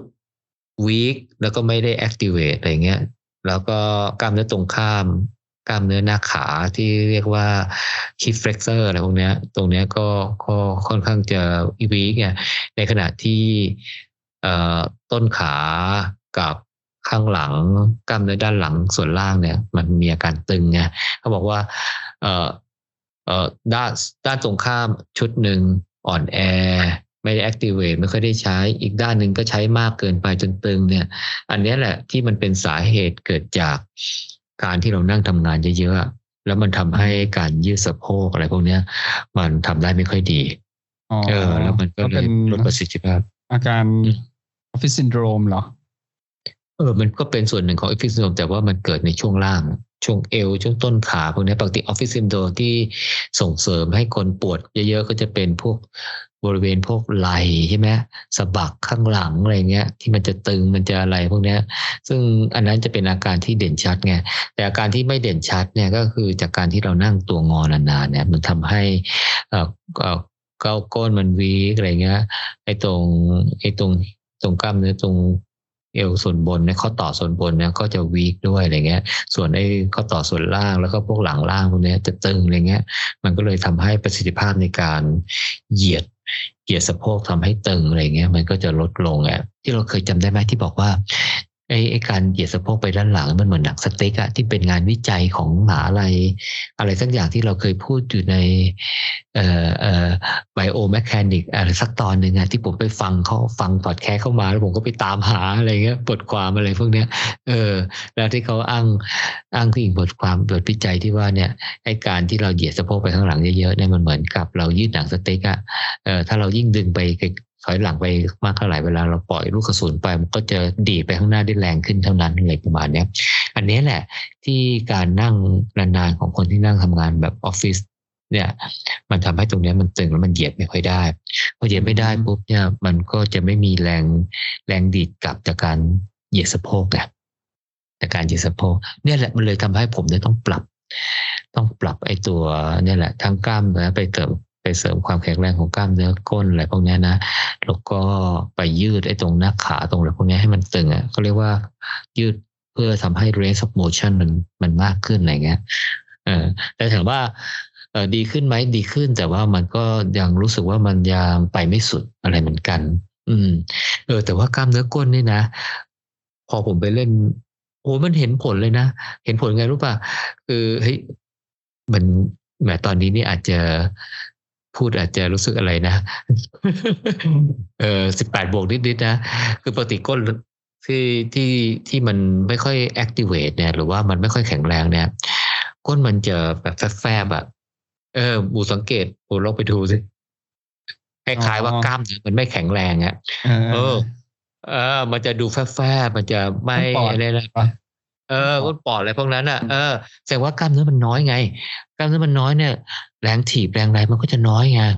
weak แล้วก็ไม่ได้ activate อะไรเงี้ยแล้วก็กล้ามเนื้อตรงข้ามกล้ามเนื้อหน้าขาที่เรียกว่า hip flexor อะไรพวกเนี้ยตรงเนี้ยก็ก็ค่อนข้างจะ weak ไงในขณะที่เอ่อต้นขากับข้างหลังกล้ามเนื้อด้านหลังส่วนล่างเนี่ยมันมีอาการตึงไงเขาบอกว่าเอ่อเอ่อด้านด้านตรงข้ามชุดหนึ่งอ่อนแอไม่ได้ activate ไม่ค่อยได้ใช้อีกด้านหนึ่งก็ใช้มากเกินไปจนตึงเนี่ยอันนี้แหละที่มันเป็นสาเหตุเกิดจากการที่เรานั่งทำงานเยอะๆแล้วมันทำให้การยืดสะโพกอะไรพวกนี้มันทำได้ไม่ค่อยดีเออแล้วมันก็เลยลดประสิทธิภาพอาการ office syndrome เหรอเออมันก็เป็นส่วนหนึ่งของ office syndrome แต่ว่ามันเกิดในช่วงล่างช่วงเอวช่วงต้นขาพวกนี้ปกติ office syndrome ที่ส่งเสริมให้คนปวดเยอะๆก็จะเป็นพวกบริเวณพวกไหล่ใช่ไหมสะบักข้างหลังอะไรเงี้ยที่มันจะตึงมันจะอะไรพวกเนี้ยซึ่งอันนั้นจะเป็นอาการที่เด่นชัดไงแต่อาการที่ไม่เด่นชัดเนี่ยก็คือจากการที่เรานั่งตัวงอนานๆเนี่ยมันทำให้เอ่อเอ่อเก้าก้นมันวีกอะไรเงี้ยไอ้ตรงไอ้ตรงตรงกล้ามเนื้อตรงเอวส่วนบนเนี่ยข้อต่อส่วนบนเนี่ยก็จะวีกด้วยอะไรเงี้ยส่วนไอ้ข้อต่อส่วนล่างแล้วก็พวกหลังล่างพวกนี้จะตึงอะไรเงี้ยมันก็เลยทำให้ประสิทธิภาพในการเหยียดเหยียดสะโพกทำให้ตึงอะไรเงี้ยมันก็จะลดลงอ่ะที่เราเคยจำได้ไหมที่บอกว่าไอ้ไอ้การเหยียดสะโพกไปด้านหลังมันเหมือนหนังสติ๊กอะที่เป็นงานวิจัยของมหาลัยอะไรสักอย่างที่เราเคยพูดอยู่ในเอ่อเอ่อไบโอแมคานิกอะไรสักตอนหนึ่งอะที่ผมไปฟังเขาฟังพอดแคสต์เข้ามาแล้วผมก็ไปตามหาอะไรเงี้ยบทความอะไรพวกเนี้ยเออแล้วที่เขาอ้างอ้างอิงบทความบทวิจัยที่ว่าเนี่ยไอ้การที่เราเหยียดสะโพกไปข้างหลังเยอะๆเนี่ยมันเหมือนกับเรายืดหนังสติ๊กอะเออถ้าเรายิ่งดึงไปถอยหลังไปมากเท่าไหร่เวลาเราปล่อยลูกกระสุนไปมันก็จะดีไปข้างหน้าได้แรงขึ้นเท่านั้นอะไรประมาณนี้อันนี้แหละที่การนั่งนานๆของคนที่นั่งทำงานแบบออฟฟิศเนี่ยมันทำให้ตรงนี้มันตึงแล้วมันเหยียดไม่ค่อยได้พอเหยียดไม่ได้ปุ๊บเนี่ยมันก็จะไม่มีแรงแรงดีดกลับจากการเหยียดสะโพกไงจากการเหยียดสะโพกเนี่ยแหละมันเลยทำให้ผมเนี่ยต้องปรับต้องปรับไอ้ตัวเนี่ยแหละทั้งกล้ามเนื้อไปเติมไปเสริมความแข็งแรงของกล้ามเนื้อก้นอะไรพวกนี้นะแล้วก็ไปยืดไอ้ตรงหน้าขาตรงอะไรพวกนี้ให้มันตึงอ่ะเขาเรียกว่ายืดเพื่อทำให้ range of motion มันมันมากขึ้นอะไรเงี้ยเออแต่ถามว่าเออดีขึ้นไหมดีขึ้นแต่ว่ามันก็ยังรู้สึกว่ามันยังไปไม่สุดอะไรเหมือนกันอืมเออแต่ว่ากล้ามเนื้อก้นนี่นะพอผมไปเล่นโอ้มันเห็นผลเลยนะเห็นผลไงรู้ป่ะคือเฮ้ยมันแหมตอนนี้นี่อาจจะพูดอาจจะรู้สึกอะไรนะเออสิบแปดบวกนิดๆนะคือปกติก้นที่ที่ที่มันไม่ค่อย activate เนี่ยหรือว่ามันไม่ค่อยแข็งแรงเนี่ยก้นมันจะแบบแฟบๆแบบเออบูสังเกตบูลองไปดูสิคล้ายๆว่ากล้ามเนื้อมันไม่แข็งแรงอ่ะเออเออมันจะดูแฟบๆมันจะไม่อะไรเลยเออก้นปอดอะไรพวกนั้นอ่ะเออแสดงว่ากล้ามเนื้อมันน้อยไงกล้ามเนื้อมันน้อยเนี่ยแรงถีบแรงอะไรมันก็จะน้อยไง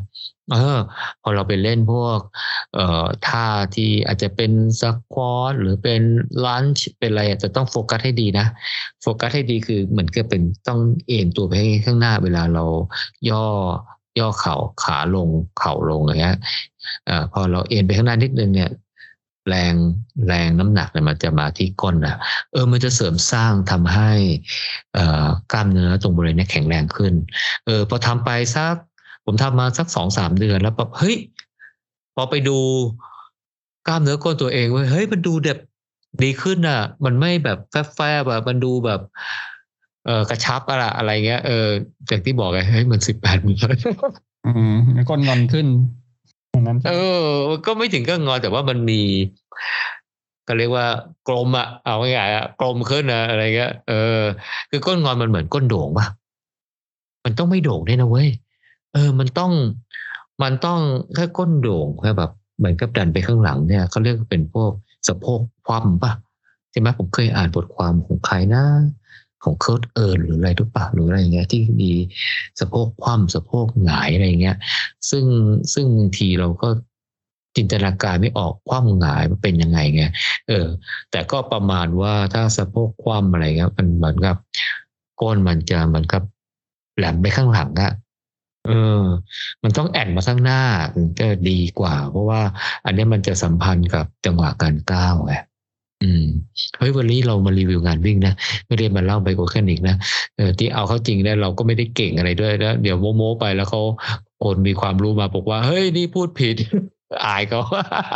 เออพอเราไปเล่นพวกเอ่อท่าที่อาจจะเป็นสควอตหรือเป็นลันจ์เป็นอะไรจะต้องโฟกัสให้ดีนะโฟกัสให้ดีคือเหมือนกับเป็นต้องเอนตัวไปให้ข้างหน้าเวลาเราย่อย่อเข่าขาลงเข่าลงอย่างเงี้ยเอ่อพอเราเอนไปข้างหน้านิดนึงเนี่ยแรงแรงน้ำหนักเนี่ยมันจะมาที่ก้นนะเออมันจะเสริมสร้างทำให้เอ่อกล้ามเนื้อตรงบริเวณนี้แข็งแรงขึ้นเออพอทำไปสักผมทำมาสักสองสามเดือนแล้วแบบเฮ้ยพอไปดูกล้ามเนื้อก้นตัวเองเว้ยเฮ้ยมันดูแบบดีขึ้นอ่ะมันไม่แบบแฟบๆแบบมันดูแบบเออกระชับอะไรอะไรเงี้ยเอออย่างที่บอกไงเฮ้ยมันสิบแปดมืออืมก้นงอนขึ้นนั้นเออก็ไม่ถึงก็งอแต่ว่ามันมีก็เรียกว่ากลมอะเอาง่ายๆอะกลมขึ้นนะอะไรเงี้ยเออคือก้นงอนมันเหมือนก้นโด่งป่ะมันต้องไม่โด่งด้วยนะเว้ยเออมันต้องมันต้องแค่ก้นโด่งแค่แบบเหมือนกับดันไปข้างหลังเนี่ยเขาเรียกเป็นพวกสะโพกคว่ำป่ะใช่ไหมผมเคยอ่านบทความของใครนะของเคิร์ตเอิร์นหรืออะไรทุกปะหรืออะไรเงี้ยที่มีสะโพกคว่ำสะโพกหงายอะไรเงี้ยซึ่งซึ่งบางทีเราก็จินตนาการไม่ออกคว่ำหงายมันเป็นยังไงไงเออแต่ก็ประมาณว่าถ้าสะโพกคว่ำอะไรเงี้ยมันเหมือนกับก้นมันจะเหมือนกับแหลมไปข้างหลังอะเออมันต้องแอนมาข้างหน้าถึงจะดีกว่าเพราะว่าอันนี้มันจะสัมพันธ์กับจังหวะการก้าวไงอืมเฮ้ยวันนี้เรามารีวิวงานวิ่งนะไม่ได้มาเล่าไบโอแคนิกนะเออที่เอาเข้าจริงเนี่ยเราก็ไม่ได้เก่งอะไรด้วยนะเดี๋ยวโม้ๆไปแล้วเขาคนมีความรู้มาบอกว่าเฮ้ยนี่พูดผิดอายเขา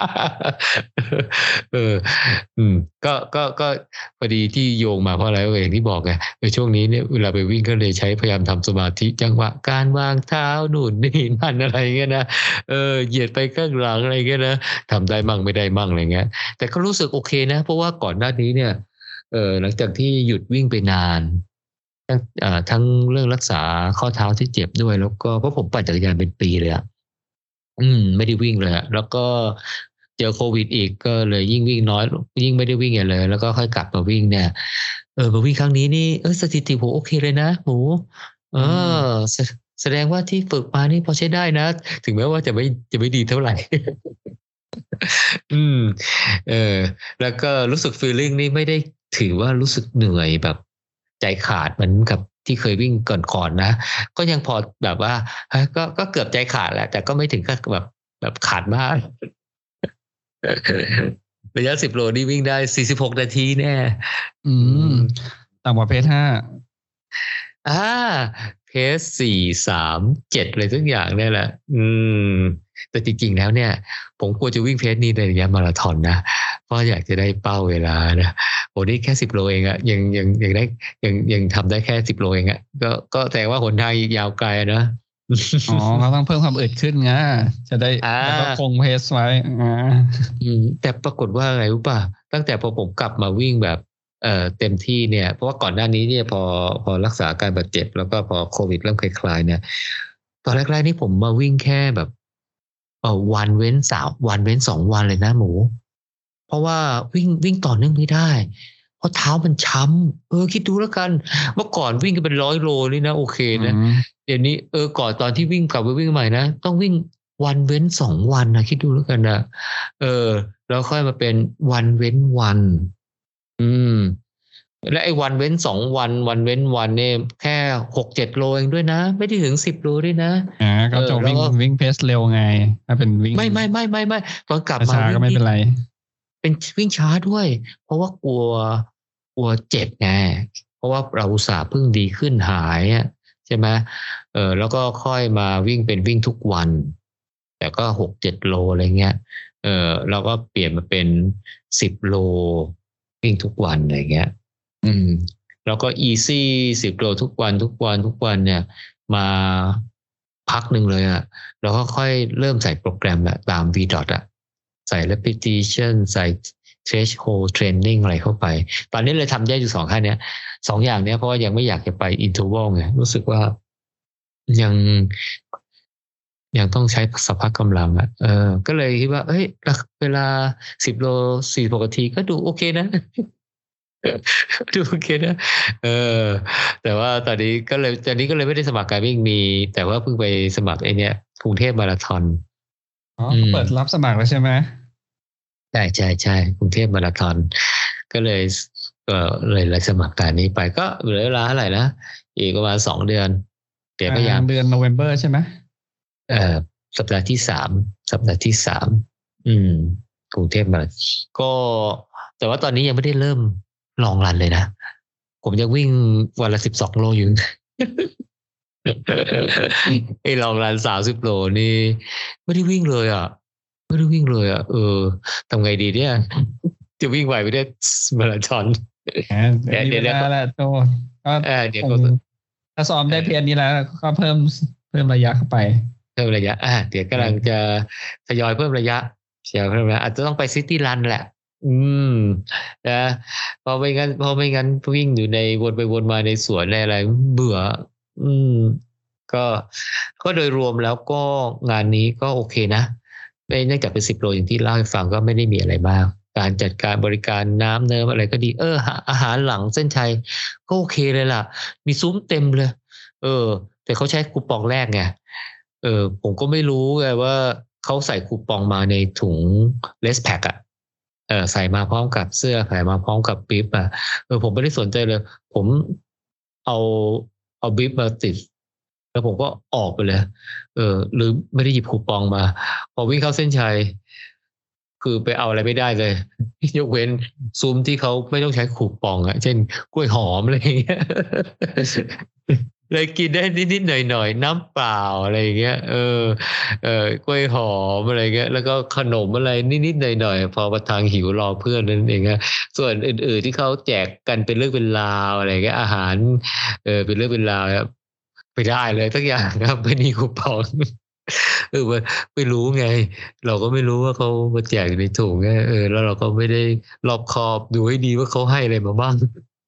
เอออืมก็ก็ก็พอดีที่โยงมาเพราะอะไรก็อย่างที่บอกไงในช่วงนี้เนี่ยเวลาไปวิ่งก็เลยใช้พยายามทำสมาธิจังหวะการวางเท้าหนุนนี่นั่นอะไรเงี้ยนะเออเหยียดไปข้างหลังอะไรเงี้ยนะทำได้มั่งไม่ได้มั่งอะไรเงี้ย แต่ก็รู้สึกโอเคนะเพราะว่าก่อนหน้านี้เนี่ยเออหลังจากที่หยุดวิ่งไปนานทั้งอ่าทั้งเรื่องรักษาข้อเท้าที่เจ็บด้วยแล้วก็เพราะผมปั่นจักรยานเป็นปีเลยอะอืมไม่ได้วิ่งเลยอะแล้วก็เจอโควิดอีกก็เลยยิ่งวิ่งน้อยยิ่งไม่ได้วิ่งใหญ่เลยแล้วก็ค่อยกลับมาวิ่งเนี่ยเออมาวิ่งครั้งนี้นี่เออสถิติผมโอเคเลยนะหมูเออืมอแสแสดงว่าที่ฝึกมานี่พอใช้ได้นะถึงแม้ว่าจะไม่จะไม่ดีเท่าไหร่ อืมเออแล้วก็รู้สึกฟีลลิ่งนี่ไม่ได้ถือว่ารู้สึกเหนื่อยแบบใจขาดเหมือนกับที่เคยวิ่งก่อนๆนะก็ยังพอแบบว่าฮะก็ก็เกือบใจขาดแหละแต่ก็ไม่ถึงกับแบบแบบขาดมากระยะสิบโลนี่วิ่งได้สี่สิบหกนาทีแน่อือืมมต่ำกว่าเพจห้าอ่าเพจสี่สามเจ็ดอะไรทุกอย่างเนี่ยแหละอืมแต่จริงๆแล้วเนี่ยผมควรจะวิ่งเพจนี้ในระยะมาราธอนนะเพราะอยากจะได้เป้าเวลานะโอ้นี่แค่สิบโลเองอะยังยังยังได้ยังยังทำได้แค่สิบโลเองอะก็ก็แสดงว่าหนทางอีกยาวไกลนะอ๋อเขาต้องเพิ่มความอึดขึ้นไงจะได้อ่แล้วก็คงาเพสไว้อ่าอืมแต่ปรากฏว่าไงรู้ป่ะตั้งแต่พอผมกลับมาวิ่งแบบเอ่อเต็มที่เนี่ยเพราะว่าก่อนหน้านี้เนี่ยพอพอรักษาอาการบาดเจ็บแล้วก็พอโควิดเริ่มคลายๆเนี่ยตอนแรกๆนี่ผมมาวิ่งแค่แบบเออวันเว้นสามวันเว้นสองวันเลยนะหมูเพราะว่าวิ่งวิ่งต่อเนื่องไม่ได้เพราะเท้ามันช้ำเออคิดดูแล้วกันเมื่อก่อนวิ่งกันเป็นร้อยโลนี่นะโอเคอืนะมเดี๋ยวนี้เออก่อนตอนที่วิ่งกลับไปวิ่งใหม่นะต้องวิ่งวันเว้นสองวันนะคิดดูแล้วกันนะ เออแล้วค่อยมาเป็นวันเว้นวันอืมและไอ้วันเว้นสองวันวันเว้นวันเนี่ยแค่หกเจ็ดโลเองด้วยนะไม่ได้ถึงสิบโลด้วยนะอ่าเอก็จะวิ่งอแล้วก็วิ่งเพสเร็วไงถ้าเป็นวิ่งไม่ไม่ไม่ไม่ไม่ตอนกลับมาช้าๆวิ่งนี่ก็ไม่เป็นไรเป็นวิ่งช้าด้วยเพราะว่ากลัวกลัวเจ็บไงเพราะว่าเราอุตส่าห์เพิ่งดีขึ้นหายอะใช่ไหมเออแล้วก็ค่อยมาวิ่งเป็นวิ่งทุกวันแต่ก็หกเจ็ดโลอะไรเงี้ย เออเราก็เปลี่ยนมาเป็นสิบโลวิ่งทุกวันอะไรเงี้ยอืมแล้วก็อีซี่สิบโลทุกวันทุกวันทุกวันเนี่ยมาพักหนึ่งเลยอะแล้วก็ค่อยเริ่มใส่โปรแกรมอะตาม V dot อะใส่ repetition ใส่ threshold training อะไรเข้าไป ตอนนี้เลยทำได้อยู่สองขั้นเนี้ยสองอย่างเนี้ยเพราะว่ายังไม่อยากจะไป interval ไงรู้สึกว่ายังยังต้องใช้สภาพกำลังอ่ะเออก็เลยคิดว่าเอ้ยเวลาสิบโลสี่ปกติก็ดูโอเคนะดูโอเคนะเออแต่ว่าตอนนี้ก็เลยตอนนี้ก็เลยไม่ได้สมัครการวิ่งมีแต่ว่าเพิ่งไปสมัครไอเนี้ยกรุงเทพมาราธอนอ๋อเขาเปิดรับสมัครแล้วใช่ไหมใช่ใช่ใช่กรุงเทพมาราธอนก็เลยก็เลยเลยสมัครการนี้ไปก็เหลือเวลาเท่าไหร่นะอีกประมาณสองเดือนเดี๋ยวพยายามเดือนโนเวม ber ใช่ไหมเอ่อสัปดาห์ที่สามสัปดาห์ที่สามอืมกรุงเทพมาก็แต่ว่าตอนนี้ยังไม่ได้เริ่มลองรันเลยนะผมยังวิ่งวันละสิบสองโลอยู่ ไอ้ลองรันสามสิบโลนี่ไม่ได้วิ่งเลยอ่ะไม่ได้วิ่งเลยอ่ะเออทำไงดีเนี่ยจะวิ่งไหวไม่ได้มาราธอนเดี๋ยวเดี๋ยวแหละโตก็เดี๋ยวถ้าซ้อมได้เพียงนี้แล้วก็เพิ่มเพิ่มระยะเข้าไปเพิ่มระยะอ่าเดี๋ยวกำลังจะทยอยเพิ่มระยะเชียวเพิ่มระยะอาจจะต้องไปซิตี้รันแหละอืมนะพอไม่งั้นพอไม่งั้นวิ่งอยู่ในวนไปวนมาในสวนในอะไรเบื่ออืมก็ก็โดยรวมแล้วก็งานนี้ก็โอเคนะไม่เนื่องจากเป็นสิบโลอย่างที่เล่าให้ฟังก็ไม่ได้มีอะไรมากการจัดการบริการน้ำเนิมอะไรก็ดีเอออาหารหลังเส้นชัยก็โอเคเลยล่ะมีซุ้มเต็มเลยเออแต่เขาใช้คูปองแรกไงเออผมก็ไม่รู้ไงว่าเขาใส่คูปองมาในถุงเลสแพ็คอะเออใส่มาพร้อมกับเสื้อใส่มาพร้อมกับปิ๊บอะเออผมไม่ได้สนใจเลยผมเอาเอาปิ๊บมาติดแล้วผมก็ออกไปเลยเออหรือไม่ได้หยิบคูปองมาพอวิ่งเข้าเส้นชัยคือไปเอาอะไรไม่ได้เลยยกเว้นซุ้มที่เขาไม่ต้องใช้คูปองอะเช่นกล้วยหอมอะไรอย่างเงี้ยเลยกินได้นิดๆหน่อยๆน้ำเปล่าอะไรอย่างเงี้ยเออเออกล้วยหอมอะไรเงี้ยแล้วก็ขนมอะไรนิดๆหน่อยๆพอประทังหิวรอเพื่อนนั่นเองนะส่วนอื่นๆที่เขาแจกกันเป็นเรื่องเป็นราวอะไรเงี้ยอาหารเออเป็นเรื่องเป็นราวครับไม่ได้เลยทุกอย่างครับไม่มีคูปองเออไม่รู้ไงเราก็ไม่รู้ว่าเขามาแจกในถุงไงเออแล้วเราก็ไม่ได้รอบคอบดูให้ดีว่าเขาให้อะไรมาบ้าง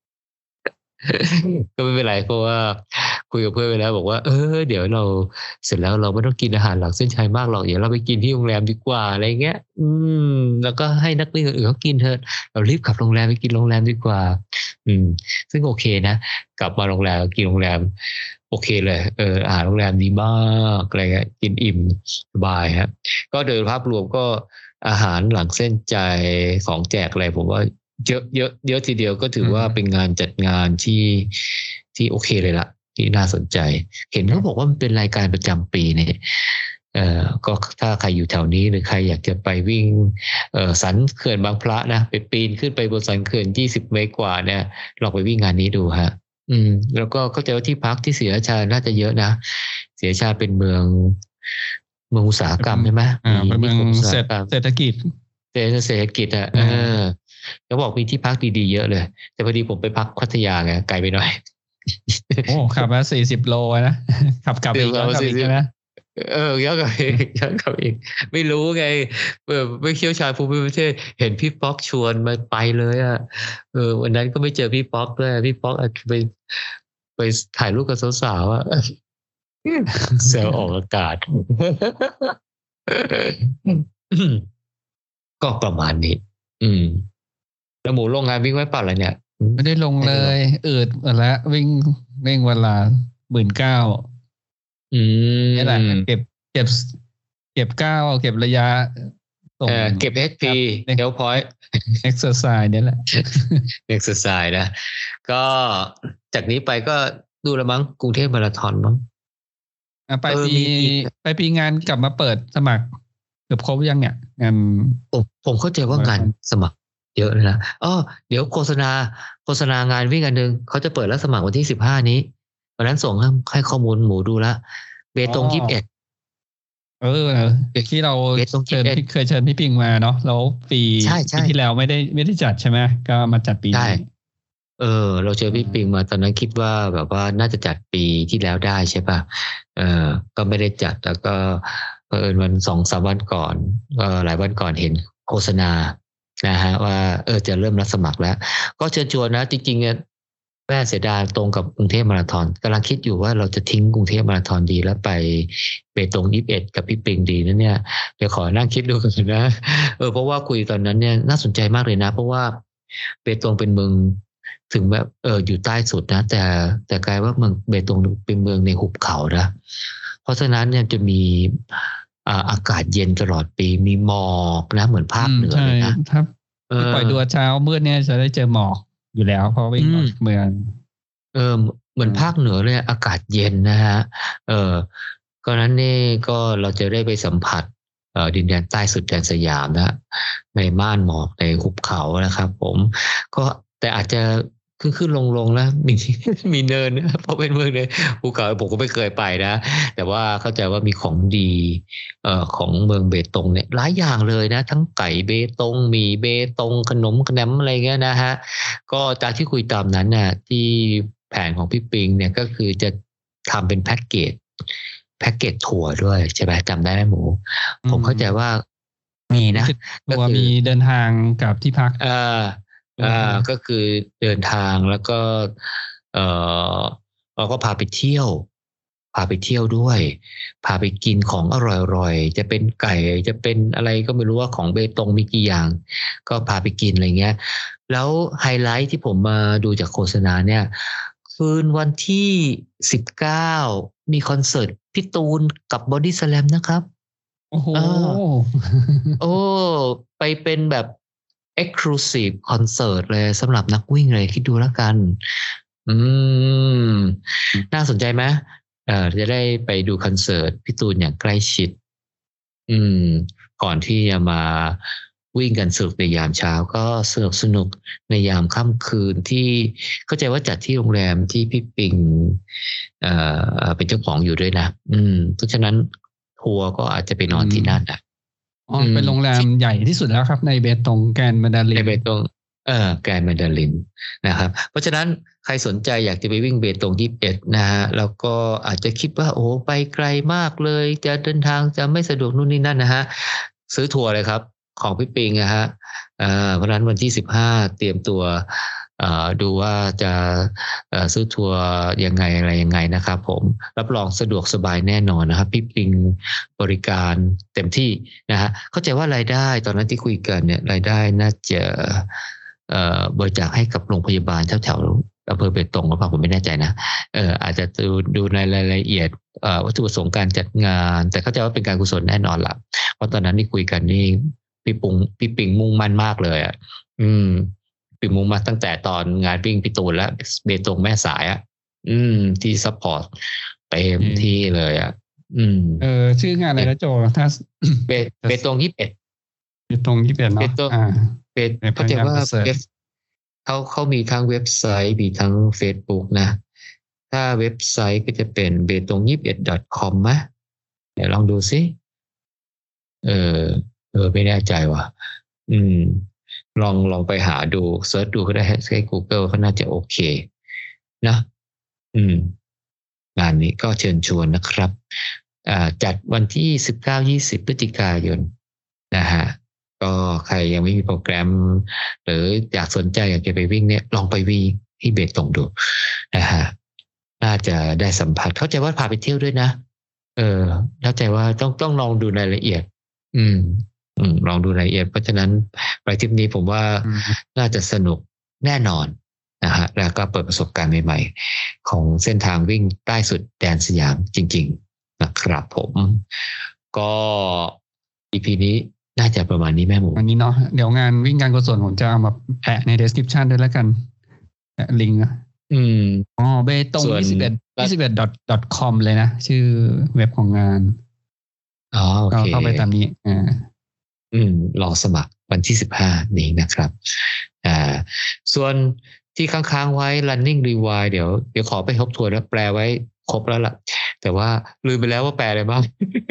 ก็ไม่เป็นไรเพราะว่าคุยกับเพื่อนไปแล้วบอกว่าเออเดี๋ยวเราเสร็จแล้วเราไม่ต้องกินอาหารหลังเส้นชัยมากหรอกเดี๋ยวเราไปกินที่โรงแรมดีกว่าอะไรเงี้ยอืมแล้วก็ให้นักวิ่งอื่นเขากินเถอะเรารีบกลับโรงแรมไปกินโรงแรมดีกว่าอืมซึ่งโอเคนะกลับมาโรงแรมกินโรงแรมโอเคเลยเอออาหารโรงแรมดีมากอะไรเงี้ยกินอิ่มสบายครับก็โดยภาพรวมก็อาหารหลังเส้นใจของแจกอะไรผมว่าเยอะเยอะเยอะทีเดียวก็ถือว่าเป็นงานจัดงานที่ที่โอเคเลยล่ะที่น่าสนใจเห็นเขาบอกว่ามันเป็นรายการประจำปีเนี่ยเอ่อก็ถ้าใครอยู่แถวนี้หรือใครอยากจะไปวิ่งเอ่อสันเขื่อนบางพระนะไปปีนขึ้นไปบนสันเขื่อนยี่สิบเมตรกว่าเนี่ยลองไปวิ่งงานนี้ดูฮะอืมแล้วก็เข้าใจว่าที่พักที่ศรีราชาน่าจะเยอะนะศรีราชาเป็นเมืองเมืองอุตสาหกรรมใช่ไหมอ่าเป็นเมืองเศรษฐกิจเศรษฐกิจอ่ะเออเขาบอกมีที่พักดีๆเยอะเลยแต่พอดีผมไปพักพัทยาไงไกลไปหน่อยโอ้ขับมาสี่สิบโลนะขับกลับอีกแล้วกลับอีกใช่ไหมเออเยอะกับอีกเยอะกับอีกไม่รู้ไงเออไม่เชี่ยวชาญภูมิประเทศเห็นพี่ป๊อกชวนมาไปเลยอ่ะเออวันนั้นก็ไม่เจอพี่ป๊อกด้วยพี่ป๊อกไปไปถ่ายรูปกับสาวๆอ่ะเซลออกอากาศก็ประมาณนี้อืมแล้วหมูลงงานวิ่งไว้ป่ะอะไรเนี่ยไม่ได้ลงเลยอืดหมดแล้ววิ่งวิ่งวันละหมื่นเก้าอืมนี่แหละเก็บเก็บเก็บก้าวเก็บระยะส่งเก็บ เอช พี เฮลพอยต์ exercise นี่แหละ exercise นะก็จากนี้ไปก็ดูละมั้งกรุงเทพมาราธอนมั้งไปปีไปปีงานกลับมาเปิดสมัครเกือบครบยังเนี่ยงานผมผมเข้าใจว่างานสมัครเยอะเลยนะอ๋อเดี๋ยวโฆษณาโฆษณางานวิ่งอันนึงเขาจะเปิดรับสมัครวันที่สิบห้านี้วันนั้นส่งให้ให้ข้อมูลหมูดูละเบตงยี่สิบเอ็ดเออที่เราเชิญพี่เคยเชิญพี่ปิงมาเนาะแล้วปีปีที่แล้วไม่ได้ไม่ได้จัดใช่ไหมก็มาจัดปีนี้เออเราเจอพี่ปิงมาตอนนั้นคิดว่าแบบว่าน่าจะจัดปีที่แล้วได้ใช่ป่ะเออก็ไม่ได้จัดแล้วก็เผอิญวันสองสามวันก่อนเออหลายวันก่อนเห็นโฆษณานะฮะว่าเออจะเริ่มรับสมัครแล้วก็เชิญชวนนะจริงๆเนี่ยแม่เสียดายตรงกับกรุงเทพมาราธอนกำลังคิดอยู่ว่าเราจะทิ้งกรุงเทพมาราธอนดีแล้วไปเบตงยี่สิบเอ็ดกับพี่ปิงดีนั่นเนี่ยเดี๋ยวขอนั่งคิดดูกันนะเออเพราะว่าคุยตอนนั้นเนี่ยน่าสนใจมากเลยนะเพราะว่าเบตงเป็นเมืองถึงแบบเอออยู่ใต้สุดนะแต่แต่กลายว่าเมืองเบตงเป็นเมืองในหุบเขานะเพราะฉะนั้นเนี่ยจะมีอ่าอากาศเย็นตลอดปีมีหมอกนะเหมือนภาคเหนือเลยนะครับที่ปล่อยตัวเช้ามืดเนี่ยจะได้เจอหมอกอยู่แล้วเพราะวิ่งออกจากเมืองเออเหมือนภาคเหนือเลยอากาศเย็นนะฮะเออก็นั้นนี่ก็เราจะได้ไปสัมผัสเอ่อดินแดนใต้สุดแดนสยามนะในม่านหมอกในหุบเขานะครับผมก็แต่อาจจะขึ้นขึ้นลงลงแล้วมีมีเนินนะเพราะเป็นเมืองในภูเขาผมก็ไม่เคยไปนะแต่ว่าเข้าใจว่ามีของดีเอ่อของเมืองเบตงเนี่ยหลายอย่างเลยนะทั้งไก่เบตงหมี่เบตงขนมขนมอะไรเงี้ยนะฮะก็จากที่คุยตามนั้นน่ะที่แผนของพี่ปิงเนี่ยก็คือจะทำเป็นแพ็กเกจแพ็กเกจทัวร์ด้วยใช่ไหมจำได้ไหมหมูผมเข้าใจว่ามีนะก็คือมีเดินทางกับที่พักอ่าอ่าก็คือเดินทางแล้วก็เออเราก็พาไปเที่ยวพาไปเที่ยวด้วยพาไปกินของอร่อยๆจะเป็นไก่จะเป็นอะไรก็ไม่รู้ว่าของเบตงมีกี่อย่างก็พาไปกินอะไรเงี้ยแล้วไฮไลท์ที่ผมมาดูจากโฆษณาเนี่ยคืนวันที่สิบเก้ามีคอนเสิร์ตพี่ตูนกับบอดี้สแลมนะครับโอ้โหโอ้ไปเป็นแบบ exclusive concert เลยสำหรับนักวิ่งเลยคิดดูแล้วกันอืมน่าสนใจไหมเอ่อจะได้ไปดูคอนเสิร์ตพี่ตูนอย่างใกล้ชิดอืมก่อนที่จะมาวิ่งกันสนุกในยามเช้าก็สนุกสนุกในยามค่ำคืนที่เข้าใจว่าจัดที่โรงแรมที่พี่ปิงเอ่อเป็นเจ้าของอยู่ด้วยนะอืมเพราะฉะนั้นทัวร์ก็อาจจะไปนอนที่นั่นนะอ๋อเป็นโรงแรมใหญ่ที่สุดแล้วครับในเบตงแกรนด์แมนดารินในเบตงเออแกรนด์แมนดารินนะครับเพราะฉะนั้นใครสนใจอยากจะไปวิ่งเบตงยี่สิบเอ็ดนะฮะแล้วก็อาจจะคิดว่าโอ้ไปไกลมากเลยจะเดินทางจะไม่สะดวกนู่นนี่นั่นนะฮะซื้อทัวร์เลยครับของพี่ปิงนะฮะเอ่อเพราะฉะนั้นวันที่สิบห้าเตรียมตัวเอ่อดูว่าจะเอ่อซื้อทัวร์ยังไงอะไรยังไงนะครับผมรับรองสะดวกสบายแน่นอนนะครับพี่ปิงบริการเต็มที่นะฮะเข้าใจว่ารายได้ตอนนั้นที่คุยกันเนี่ยรายได้น่าจะเอ่อบริจาคให้กับโรงพยาบาลแถวแถวอำเภอเบตงหรือเปล่าผมไม่แน่ใจนะเอออาจจะดูดูในรายละเอียดเอ่อวัตถุประสงค์การจัดงานแต่เข้าใจว่าเป็นการกุศลแน่นอนล่ะเพราะตอนนั้นที่คุยกันนี่พี่ปุงพี่ปิงมุ่งมั่นมากเลยอ่ะอืมปิงมุ่งมั่นตั้งแต่ตอนงานวิ่งพี่ตูนและเบตงแม่สายอ่ะอืมที่ซัพพอร์ตเต็มที่เลยอ่ะอืมเออชื่องานอะไรนะโจถ้าเบเบตงยี่สิบเอ็ดเบตงยี่สิบเอ็ดเนาะอ่าเบตเข้าใจว่าเขาเขามีทั้งเว็บไซต์มีทั้ง Facebook นะถ้าเว็บไซต์ก็จะเป็น เบตงยี่สิบเอ็ด ดอท คอม มั้ยเดี๋ยวลองดูสิเออเออไม่แน่ใจว่ะอืมลองลองไปหาดูเซิร์ชดูก็ได้ใช้ Google ก็น่าจะโอเคนะอืมงานนี้ก็เชิญชวนนะครับอ่าจัดวันที่สิบเก้า ยี่สิบพฤศจิกายนนะฮะก็ใครยังไม่มีโปรแกรมหรืออยากสนใจอยากจะไปวิ่งเนี่ยลองไปวิ่งที่เบตงดูนะฮะน่าจะได้สัมผัสเข้าใจว่าพาไปเที่ยวด้วยนะเออเข้าใจว่าต้องต้องลองดูรายละเอียดอืมอืมลองดูรายละเอียดเพราะฉะนั้นไปทริปนี้ผมว่าน่าจะสนุกแน่นอนนะฮะแล้วก็เปิดประสบการณ์ใหม่ๆของเส้นทางวิ่งใต้สุดแดนสยามจริงๆนะครับผมก็ อี พี นี้น่าจะประมาณนี้แม่หมูอันนี้เนาะเดี๋ยวงานวิ่งการกุศลผมจะเอามาแปะใน description ด้วยแล้วกันแปะลิงก์อืมอ๋อเบตงยี่สิบเอ็ด ยี่สิบเอ็ด .com เลยนะชื่อเว็บของงานอ๋อโอเคเข้าไปตามนี้อ่าอืมรอสมัครวันที่สิบห้านี้นะครับอ่าส่วนที่ค้างๆไว้ running rewind เดี๋ยวเดี๋ยวขอไปทบทวนแล้วแปลไว้ครบแล้วล่ะแต่ว่าลืมไปแล้วว่าแปลอะไรบ้าง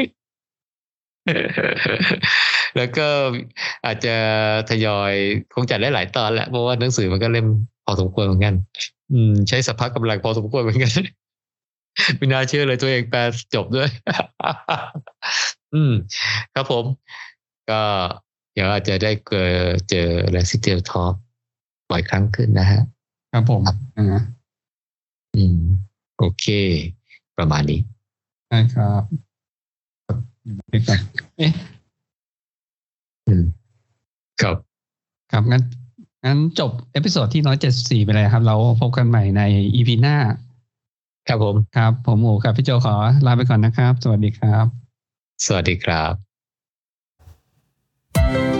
แล้วก็อาจจะทยอยคงจัดได้หลายตอนแหละเพราะว่าหนังสือมันก็เล่มพอสมควรเหมือนกันอืมใช้สภาพกำลังพอสมควรเหมือนกันไม่น่าเชื่อเลยตัวเองแปลจบด้วย อืมครับผมก็เดี๋ยวอาจจะได้เจอเจอแลกซิเทลทอล์กบ่อยครั้งขึ้นนะฮะครับผมอ่าอืมโอเคประมาณนี้ใช่ครับเอ๊ะอืมครับครับงั้นงั้นจบเอพิโซดที่หนึ่งร้อยเจ็ดสิบสี่ไปเลยครับเราพบกันใหม่ใน อี พี หน้าครับผมครับผมหมูกับพี่โจขอลาไปก่อนนะครับสวัสดีครับสวัสดีครับ